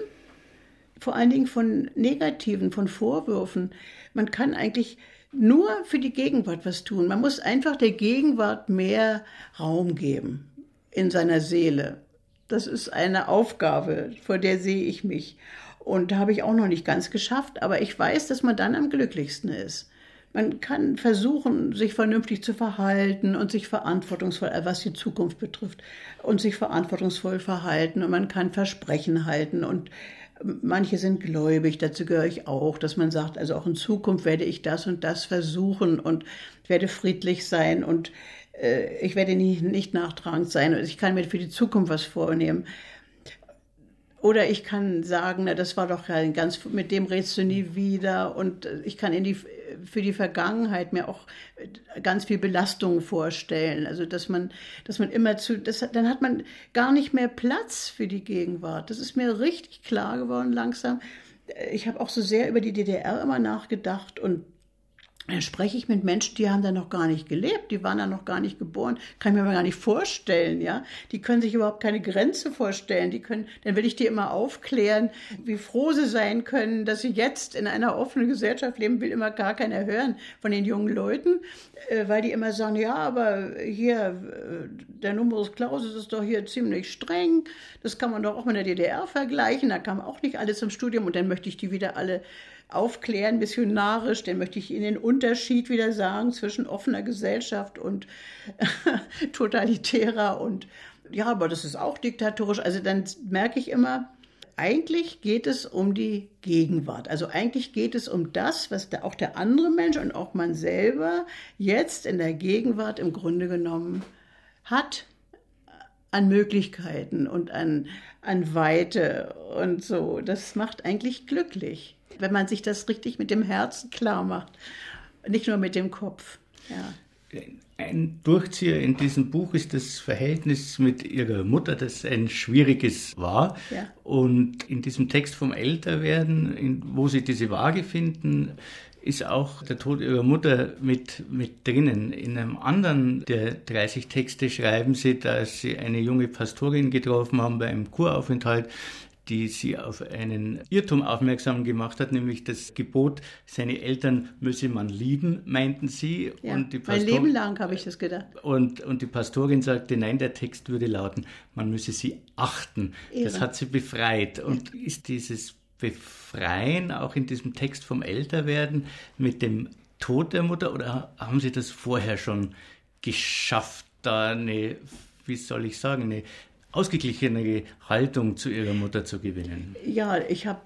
Speaker 1: vor allen Dingen von Negativen, von Vorwürfen. Man kann eigentlich nur für die Gegenwart was tun. Man muss einfach der Gegenwart mehr Raum geben in seiner Seele. Das ist eine Aufgabe, vor der sehe ich mich. Und da habe ich auch noch nicht ganz geschafft, aber ich weiß, dass man dann am glücklichsten ist. Man kann versuchen, sich vernünftig zu verhalten und sich verantwortungsvoll, was die Zukunft betrifft, und sich verantwortungsvoll verhalten und man kann Versprechen halten und manche sind gläubig, dazu gehöre ich auch, dass man sagt, also auch in Zukunft werde ich das und das versuchen und werde friedlich sein und ich werde nicht nachtragend sein und ich kann mir für die Zukunft was vornehmen. Oder ich kann sagen, na, das war doch ja ganz, mit dem redest du nie wieder. Und ich kann für die Vergangenheit mir auch ganz viel Belastung vorstellen. Also, dass man immer dann hat man gar nicht mehr Platz für die Gegenwart. Das ist mir richtig klar geworden langsam. Ich habe auch so sehr über die DDR immer nachgedacht und dann spreche ich mit Menschen, die haben da noch gar nicht gelebt, die waren da noch gar nicht geboren, kann ich mir mal gar nicht vorstellen, ja. Die können sich überhaupt keine Grenze vorstellen, dann will ich die immer aufklären, wie froh sie sein können, dass sie jetzt in einer offenen Gesellschaft leben, will immer gar keiner hören von den jungen Leuten, weil die immer sagen, ja, aber hier, der Numerus Clausus ist doch hier ziemlich streng, das kann man doch auch mit der DDR vergleichen, da kam auch nicht alles im Studium und dann möchte ich die wieder alle aufklären, missionarisch, dann möchte ich Ihnen den Unterschied wieder sagen zwischen offener Gesellschaft und totalitärer und ja, aber das ist auch diktatorisch. Also dann merke ich immer, eigentlich geht es um die Gegenwart. Also eigentlich geht es um das, was auch der andere Mensch und auch man selber jetzt in der Gegenwart im Grunde genommen hat an Möglichkeiten und an Weite und so. Das macht eigentlich glücklich. wenn man sich das richtig mit dem Herzen klar macht, nicht nur mit dem Kopf. Ja.
Speaker 3: Ein Durchzieher in diesem Buch ist das Verhältnis mit ihrer Mutter, das ein schwieriges war.
Speaker 1: Ja.
Speaker 3: Und in diesem Text vom Älterwerden, wo sie diese Waage finden, ist auch der Tod ihrer Mutter mit drinnen. In einem anderen der 30 Texte schreiben sie, dass sie eine junge Pastorin getroffen haben bei einem Kuraufenthalt, die sie auf einen Irrtum aufmerksam gemacht hat, nämlich das Gebot, seine Eltern müsse man lieben, meinten sie.
Speaker 1: Ja,
Speaker 3: und die
Speaker 1: mein Leben lang habe ich das gedacht.
Speaker 3: Und die Pastorin sagte, nein, der Text würde lauten, man müsse sie achten.
Speaker 1: Ehren.
Speaker 3: Das hat sie befreit. Und ist dieses Befreien auch in diesem Text vom Älterwerden mit dem Tod der Mutter, oder haben Sie das vorher schon geschafft, da eine, wie soll ich sagen, eine ausgeglichenere Haltung zu ihrer Mutter zu gewinnen?
Speaker 1: Ja,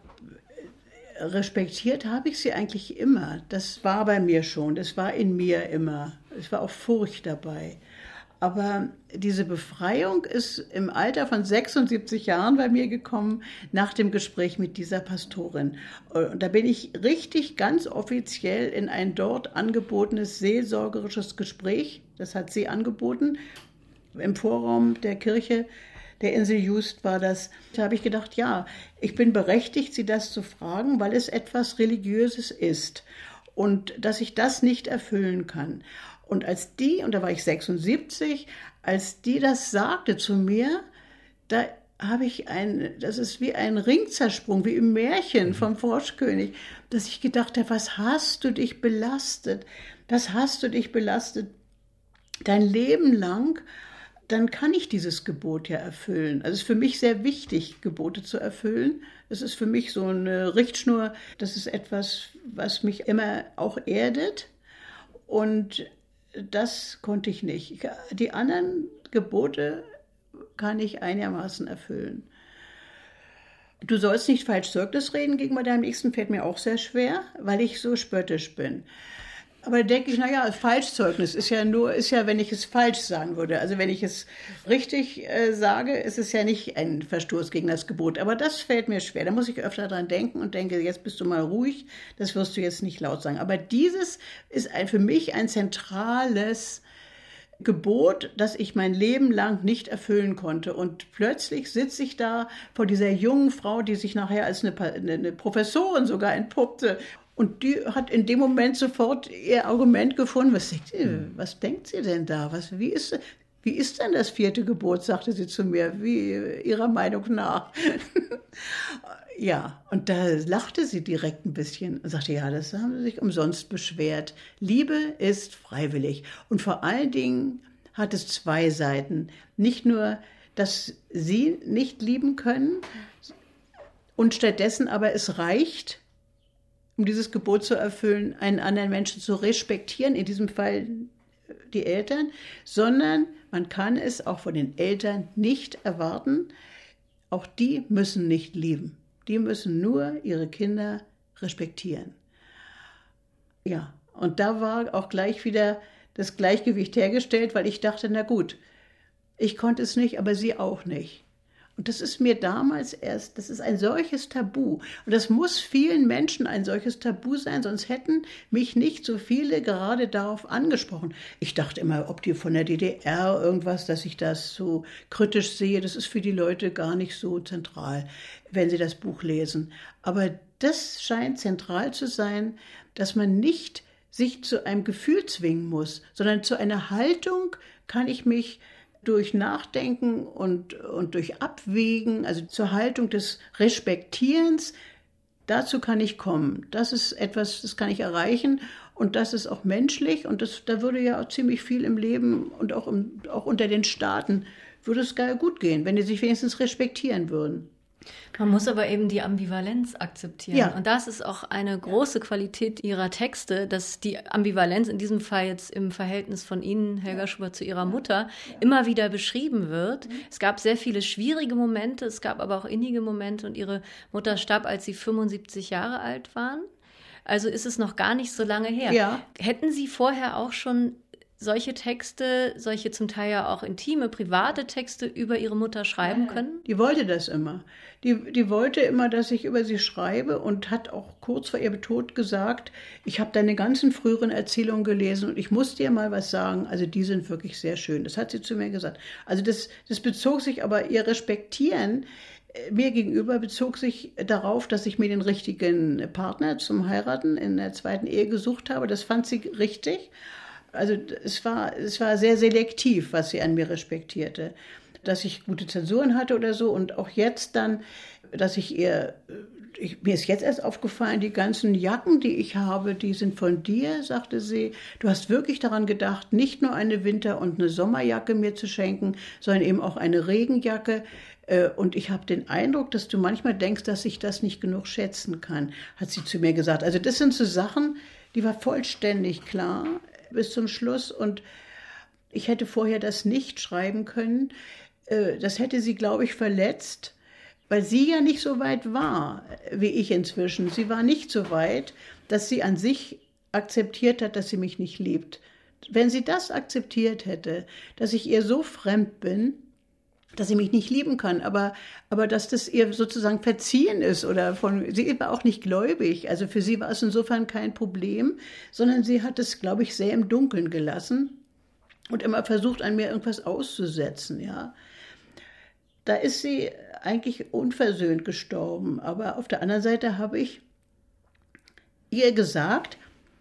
Speaker 1: respektiert habe ich sie eigentlich immer. Das war bei mir schon, das war in mir immer. Es war auch Furcht dabei. Aber diese Befreiung ist im Alter von 76 Jahren bei mir gekommen, nach dem Gespräch mit dieser Pastorin. Und da bin ich richtig ganz offiziell in ein dort angebotenes seelsorgerisches Gespräch, das hat sie angeboten, im Vorraum der Kirche der Insel Just war das. Da habe ich gedacht, ja, ich bin berechtigt, sie das zu fragen, weil es etwas Religiöses ist und dass ich das nicht erfüllen kann. Und und da war ich 76, als die das sagte zu mir, da habe ich das ist wie ein Ringzersprung, wie im Märchen vom Froschkönig, dass ich gedacht habe, was hast du dich belastet? Was hast du dich belastet dein Leben lang? Dann kann ich dieses Gebot ja erfüllen. Also es ist für mich sehr wichtig, Gebote zu erfüllen. Es ist für mich so eine Richtschnur. Das ist etwas, was mich immer auch erdet. Und das konnte ich nicht. Die anderen Gebote kann ich einigermaßen erfüllen. Du sollst nicht falsch Zeugnis reden gegenüber deinem Nächsten, fällt mir auch sehr schwer, weil ich so spöttisch bin. Aber da denke ich, naja, Falschzeugnis ist ja, wenn ich es falsch sagen würde. Also wenn ich es richtig sage, ist es ja nicht ein Verstoß gegen das Gebot. Aber das fällt mir schwer. Da muss ich öfter dran denken und denke, jetzt bist du mal ruhig, das wirst du jetzt nicht laut sagen. Aber dieses ist für mich ein zentrales Gebot, das ich mein Leben lang nicht erfüllen konnte. Und plötzlich sitze ich da vor dieser jungen Frau, die sich nachher als eine Professorin sogar entpuppte. Und die hat in dem Moment sofort ihr Argument gefunden. Was denkt sie denn da? Wie ist denn das 4. Gebot, sagte sie zu mir, wie ihrer Meinung nach. Ja, und da lachte sie direkt ein bisschen und sagte, ja, das haben sie sich umsonst beschwert. Liebe ist freiwillig. Und vor allen Dingen hat es 2 Seiten. Nicht nur, dass sie nicht lieben können und stattdessen aber es reicht, um dieses Gebot zu erfüllen, einen anderen Menschen zu respektieren, in diesem Fall die Eltern, sondern man kann es auch von den Eltern nicht erwarten. Auch die müssen nicht lieben. Die müssen nur ihre Kinder respektieren. Ja, und da war auch gleich wieder das Gleichgewicht hergestellt, weil ich dachte, na gut, ich konnte es nicht, aber sie auch nicht. Und das ist mir damals das ist ein solches Tabu. Und das muss vielen Menschen ein solches Tabu sein, sonst hätten mich nicht so viele gerade darauf angesprochen. Ich dachte immer, ob die von der DDR irgendwas, dass ich das so kritisch sehe, das ist für die Leute gar nicht so zentral, wenn sie das Buch lesen. Aber das scheint zentral zu sein, dass man nicht sich zu einem Gefühl zwingen muss, sondern zu einer Haltung kann ich mich durch Nachdenken und durch Abwägen, also zur Haltung des Respektierens, dazu kann ich kommen. Das ist etwas, das kann ich erreichen und das ist auch menschlich und da würde ja auch ziemlich viel im Leben und auch unter den Staaten würde es gar gut gehen, wenn die sich wenigstens respektieren würden.
Speaker 2: Man muss aber eben die Ambivalenz akzeptieren.
Speaker 1: Ja.
Speaker 2: Und das ist auch eine große Qualität Ihrer Texte, dass die Ambivalenz in diesem Fall jetzt im Verhältnis von Ihnen, Helga Schubert, zu Ihrer Mutter immer wieder beschrieben wird. Es gab sehr viele schwierige Momente, es gab aber auch innige Momente und Ihre Mutter starb, als Sie 75 Jahre alt waren. Also ist es noch gar nicht so lange her.
Speaker 1: Ja.
Speaker 2: Hätten Sie vorher auch schon solche Texte, solche zum Teil ja auch intime, private Texte über ihre Mutter schreiben können?
Speaker 1: Die wollte das immer. Die wollte immer, dass ich über sie schreibe und hat auch kurz vor ihrem Tod gesagt, ich habe deine ganzen früheren Erzählungen gelesen und ich muss dir mal was sagen, also die sind wirklich sehr schön. Das hat sie zu mir gesagt. Also das bezog sich aber, ihr Respektieren mir gegenüber bezog sich darauf, dass ich mir den richtigen Partner zum Heiraten in der zweiten Ehe gesucht habe. Das fand sie richtig. Also es war sehr selektiv, was sie an mir respektierte. Dass ich gute Zensuren hatte oder so und auch jetzt dann, dass mir ist jetzt erst aufgefallen, die ganzen Jacken, die ich habe, die sind von dir, sagte sie. Du hast wirklich daran gedacht, nicht nur eine Winter- und eine Sommerjacke mir zu schenken, sondern eben auch eine Regenjacke. Und ich habe den Eindruck, dass du manchmal denkst, dass ich das nicht genug schätzen kann, hat sie zu mir gesagt. Also das sind so Sachen, die war vollständig klar bis zum Schluss und ich hätte vorher das nicht schreiben können. Das hätte sie, glaube ich, verletzt, weil sie ja nicht so weit war, wie ich inzwischen. Sie war nicht so weit, dass sie an sich akzeptiert hat, dass sie mich nicht liebt. Wenn sie das akzeptiert hätte, dass ich ihr so fremd bin, dass sie mich nicht lieben kann, aber dass das ihr sozusagen verziehen ist sie war auch nicht gläubig, also für sie war es insofern kein Problem, sondern sie hat es, glaube ich, sehr im Dunkeln gelassen und immer versucht, an mir irgendwas auszusetzen, ja. Da ist sie eigentlich unversöhnt gestorben, aber auf der anderen Seite habe ich ihr gesagt,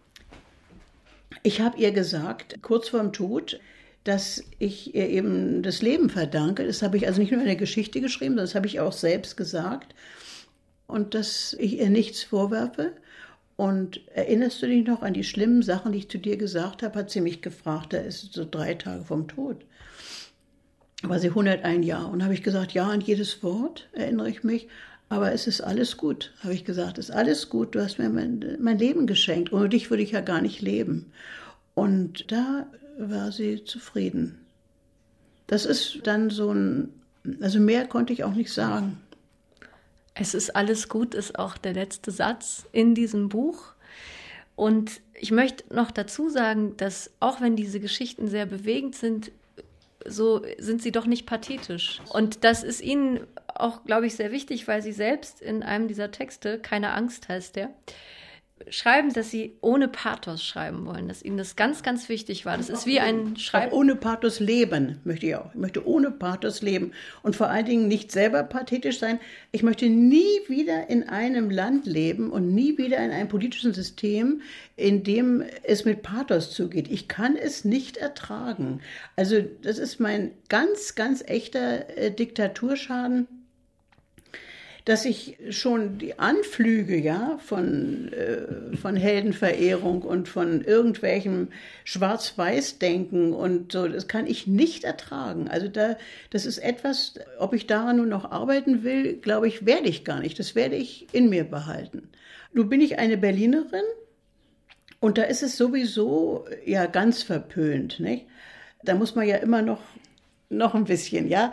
Speaker 1: kurz vorm Tod, dass ich ihr eben das Leben verdanke. Das habe ich also nicht nur in der Geschichte geschrieben, sondern das habe ich auch selbst gesagt. Und dass ich ihr nichts vorwerfe. Und erinnerst du dich noch an die schlimmen Sachen, die ich zu dir gesagt habe, hat sie mich gefragt. Da ist so 3 Tage vom Tod. War sie 101 Jahre. Und habe ich gesagt, ja, an jedes Wort erinnere ich mich. Aber es ist alles gut, habe ich gesagt. Es ist alles gut, du hast mir mein Leben geschenkt. Ohne dich würde ich ja gar nicht leben. Und da war sie zufrieden. Das ist dann also mehr konnte ich auch nicht sagen.
Speaker 2: Es ist alles gut, ist auch der letzte Satz in diesem Buch. Und ich möchte noch dazu sagen, dass auch wenn diese Geschichten sehr bewegend sind, so sind sie doch nicht pathetisch. Und das ist Ihnen auch, glaube ich, sehr wichtig, weil Sie selbst in einem dieser Texte, Keine Angst heißt der, schreiben, dass Sie ohne Pathos schreiben wollen, dass Ihnen das ganz, ganz wichtig war. Das ist wie ein Schreiben.
Speaker 1: Ohne Pathos leben möchte ich auch. Ich möchte ohne Pathos leben und vor allen Dingen nicht selber pathetisch sein. Ich möchte nie wieder in einem Land leben und nie wieder in einem politischen System, in dem es mit Pathos zugeht. Ich kann es nicht ertragen. Also das ist mein ganz, ganz echter Diktaturschaden, dass ich schon die Anflüge von Heldenverehrung und von irgendwelchem Schwarz-Weiß-Denken und so, das kann ich nicht ertragen. Also das ist etwas, ob ich daran nun noch arbeiten will, glaube ich, werde ich gar nicht. Das werde ich in mir behalten. Nun bin ich eine Berlinerin und da ist es sowieso ja ganz verpönt, nicht? Da muss man ja immer noch ein bisschen, ja.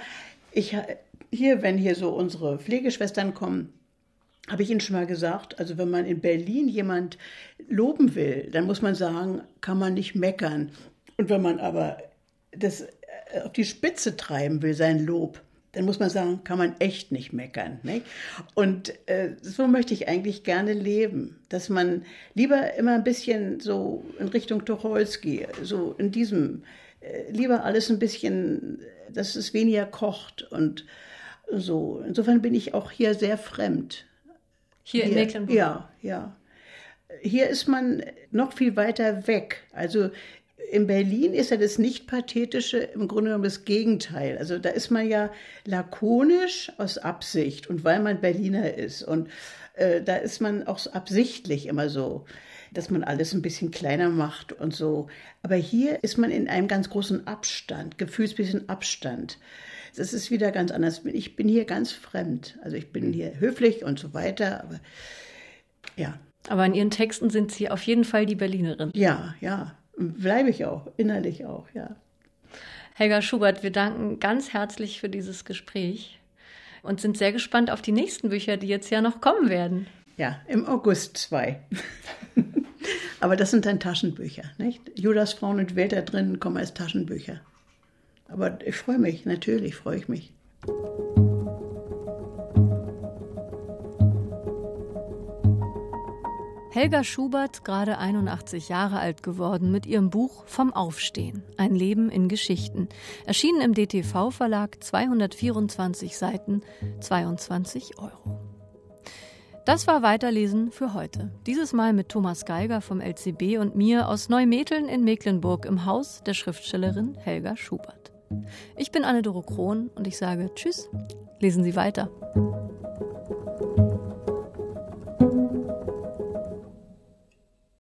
Speaker 1: Wenn hier so unsere Pflegeschwestern kommen, habe ich Ihnen schon mal gesagt, also wenn man in Berlin jemand loben will, dann muss man sagen, kann man nicht meckern. Und wenn man aber das auf die Spitze treiben will, sein Lob, dann muss man sagen, kann man echt nicht meckern. Nicht? Und so möchte ich eigentlich gerne leben, dass man lieber immer ein bisschen so in Richtung Tucholsky, so in diesem, lieber alles ein bisschen, dass es weniger kocht und so. Insofern bin ich auch hier sehr fremd.
Speaker 2: Hier in Mecklenburg?
Speaker 1: Ja. Hier ist man noch viel weiter weg. Also in Berlin ist ja das Nicht-Pathetische im Grunde genommen das Gegenteil. Also da ist man ja lakonisch aus Absicht und weil man Berliner ist. Und da ist man auch absichtlich immer so, dass man alles ein bisschen kleiner macht und so. Aber hier ist man in einem ganz großen Abstand, gefühlsbischen Abstand. Das ist wieder ganz anders. Ich bin hier ganz fremd. Also ich bin hier höflich und so weiter, aber ja.
Speaker 2: Aber in Ihren Texten sind Sie auf jeden Fall die Berlinerin.
Speaker 1: Ja. Bleibe ich auch, innerlich auch, ja.
Speaker 2: Helga Schubert, wir danken ganz herzlich für dieses Gespräch und sind sehr gespannt auf die nächsten Bücher, die jetzt ja noch kommen werden.
Speaker 1: Ja, im August 2. Aber das sind dann Taschenbücher, nicht? Judasfrauen und Welt da drin kommen als Taschenbücher. Aber ich freue mich, natürlich freue ich mich.
Speaker 2: Helga Schubert, gerade 81 Jahre alt geworden, mit ihrem Buch Vom Aufstehen. Ein Leben in Geschichten. Erschienen im DTV-Verlag, 224 Seiten, 22 €. Das war Weiterlesen für heute. Dieses Mal mit Thomas Geiger vom LCB und mir aus Neumetteln in Mecklenburg im Haus der Schriftstellerin Helga Schubert. Ich bin Anne-Doro Krohn und ich sage Tschüss, lesen Sie weiter.